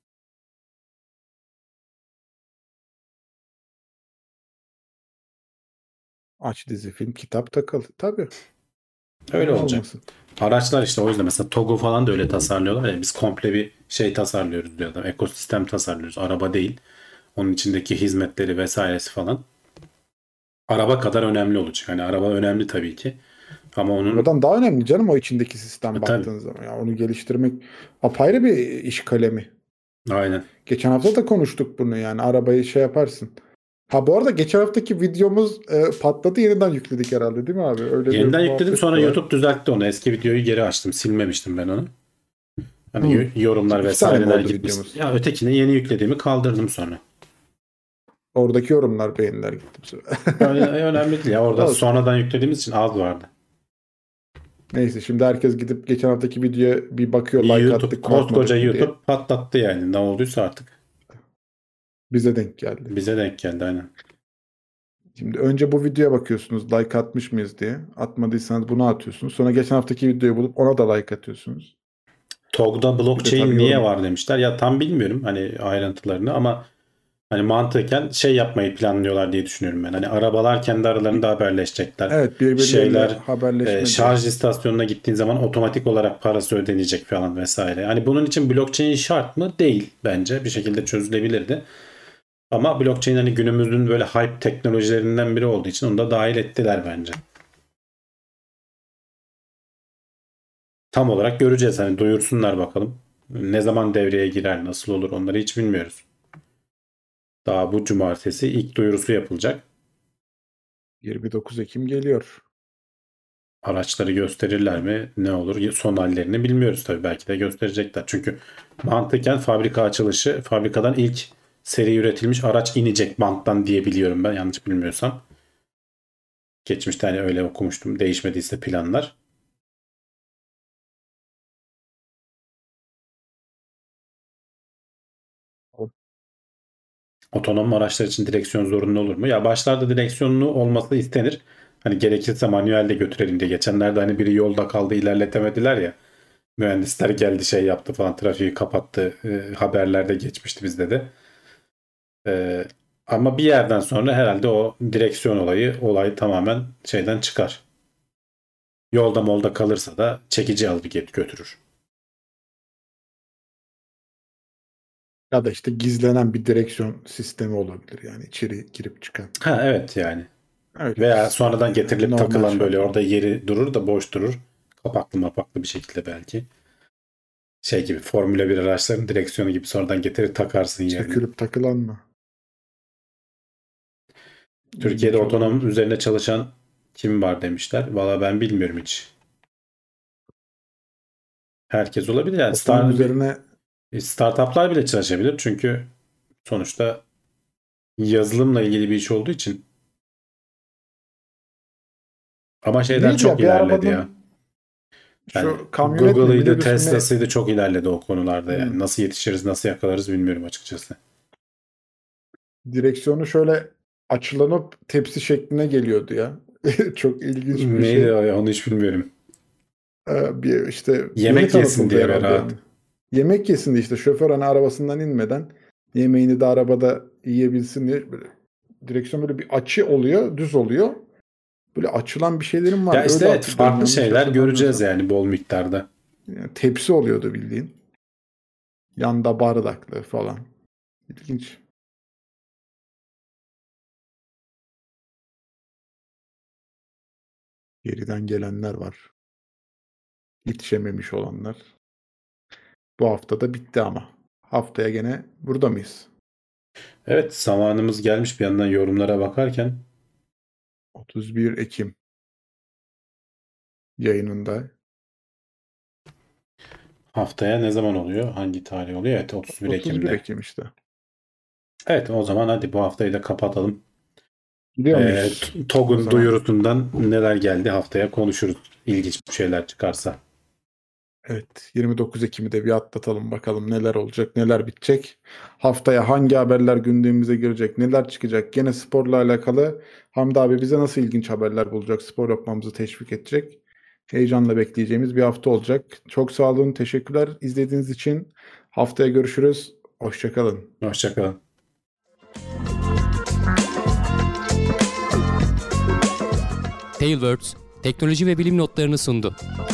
Aç dizi film kitap takıl. Tabii. Öyle Niye olacak. olmasın? Araçlar işte o yüzden mesela TOG'u falan da öyle tasarlıyorlar ya biz komple bir şey tasarlıyoruz diyor adam. Ekosistem tasarlıyoruz. Araba değil. Onun içindeki hizmetleri vesairesi falan. Araba kadar önemli olacak. Hani araba önemli tabii ki. Ama onun Buradan daha önemli canım o içindeki e, sistem tabii baktığın zaman. Ya onu geliştirmek apayrı bir iş kalemi. aynen. Geçen hafta da konuştuk bunu yani arabayı şey yaparsın. Ha bu arada geçen haftaki videomuz e, patladı yeniden yükledik herhalde değil mi abi? Öyle bir Yeniden yükledim muhabbet sonra de var. YouTube düzeltti onu. Eski videoyu geri açtım. Silmemiştim ben onu. Hani Hmm. yo- yorumlar İki tane mi vesaireler oldu gitmiş. videomuz? Ya ötekini yeni yüklediğimi kaldırdım sonra. Oradaki yorumlar beğeniler gitti bu sefer. Öyle, önemli değil ya. Orada Olsun. sonradan yüklediğimiz için az vardı. Neyse şimdi herkes gidip geçen haftaki videoya bir bakıyor like YouTube, attık mı koskoca atmadık mı diye. YouTube patlattı yani. Ne olduysa artık. Bize denk geldi. Bize denk geldi aynen. Şimdi önce bu videoya bakıyorsunuz like atmış mıyız diye. Atmadıysanız bunu atıyorsunuz. Sonra geçen haftaki videoyu bulup ona da like atıyorsunuz. TOG'da Bir de tabii blockchain niye yorum. var demişler. Ya tam bilmiyorum hani ayrıntılarını ama hani mantıken şey yapmayı planlıyorlar diye düşünüyorum ben. Hani arabalar kendi aralarında haberleşecekler. Evet birbirleriyle Şeyler e, haberleşme diye. şarj istasyonuna gittiğin zaman otomatik olarak parası ödenecek falan vesaire. Hani bunun için blockchain şart mı? Değil bence. Bir şekilde çözülebilirdi. Ama blockchain hani günümüzün böyle hype teknolojilerinden biri olduğu için onu da dahil ettiler bence. Tam olarak göreceğiz. Hani duyursunlar bakalım. Ne zaman devreye girer, nasıl olur onları hiç bilmiyoruz. Daha bu cumartesi ilk duyurusu yapılacak. yirmi dokuz Ekim geliyor. Araçları gösterirler mi? Ne olur? Son hallerini bilmiyoruz tabii. Belki de gösterecekler. Çünkü mantıken fabrika açılışı, fabrikadan ilk seri üretilmiş araç inecek banttan diye biliyorum ben. Yanlış bilmiyorsam. Geçmişte hani öyle okumuştum. Değişmediyse planlar. Otonom araçlar için direksiyon zorunlu olur mu? Ya başlarda direksiyonlu olması istenir. Hani gerekirse manuel de götürelim diye. Geçenlerde hani biri yolda kaldı, ilerletemediler ya. Mühendisler geldi, şey yaptı falan, trafiği kapattı. E, haberlerde geçmişti bizde de. E, ama bir yerden sonra herhalde o direksiyon olayı olay tamamen şeyden çıkar. Yolda molda kalırsa da çekici alır get- götürür. Ya da işte gizlenen bir direksiyon sistemi olabilir yani içeri girip çıkan. Ha evet yani. Öyle bir Veya sistem sonradan yani. getirilip Normal takılan, böyle şartlar. orada yeri durur da boş durur. Kapaklı mapaklı bir şekilde belki. Şey gibi, Formula bir araçların direksiyonu gibi sonradan getirir takarsın yerine. Sökülüp takılan mı? Türkiye'de İlginç otonom olabilir. üzerine çalışan kim var demişler. Valla ben bilmiyorum hiç. Herkes olabilir yani. Otonom Star, üzerine startuplar bile çalışabilir. Çünkü sonuçta yazılımla ilgili bir iş olduğu için. Ama şeyler değil ya, çok bir ilerledi ya. arabanın Yani şu kamyonet mi Google'ıydı, minibüs mü ne? Tesla'sıydı, çok ilerledi o konularda yani. Hmm. Nasıl yetişiriz, nasıl yakalarız bilmiyorum açıkçası. Direksiyonu şöyle açılanıp tepsi şekline geliyordu ya. Çok ilginç bir Neydi şey. o ya, onu hiç bilmiyorum. Ee, bir işte yeni Yemek yesin tanıtıldı diye be, herhalde rahat. yani. Yemek yesin diye işte şoför hani arabasından inmeden yemeğini de arabada yiyebilsin diye böyle direksiyon böyle bir açı oluyor, düz oluyor. Böyle açılan bir şeylerim Ya vardı. işte Öyle evet, hatırlıyorum farklı yanlış şeyler göreceğiz hatırlamıyorsam. yani bol miktarda. Yani tepsi oluyordu bildiğin. Yanda bardaklı falan. İlginç. Geriden gelenler var. Yetişememiş olanlar. Bu hafta da bitti ama. Haftaya gene burada mıyız? Evet, zamanımız gelmiş bir yandan yorumlara bakarken. otuz bir Ekim yayınında. Haftaya ne zaman oluyor? Hangi tarih oluyor? Evet, otuz bir otuz bir Ekim'de. Ekim işte. Evet, o zaman hadi bu haftayı da kapatalım. Gidiyor Ee, muyuz T- o TOG'un zaman? duyurusundan neler geldi haftaya konuşuruz. İlginç bir şeyler çıkarsa. Evet, yirmi dokuz Ekim'i de bir atlatalım bakalım neler olacak, neler bitecek. Haftaya hangi haberler gündemimize girecek, neler çıkacak. Gene sporla alakalı Hamdi abi bize nasıl ilginç haberler bulacak, spor yapmamızı teşvik edecek. Heyecanla bekleyeceğimiz bir hafta olacak. Çok sağ olun, teşekkürler izlediğiniz için. Haftaya görüşürüz. Hoşça kalın. Hoşçakalın. Tailwords, teknoloji ve bilim notlarını sundu.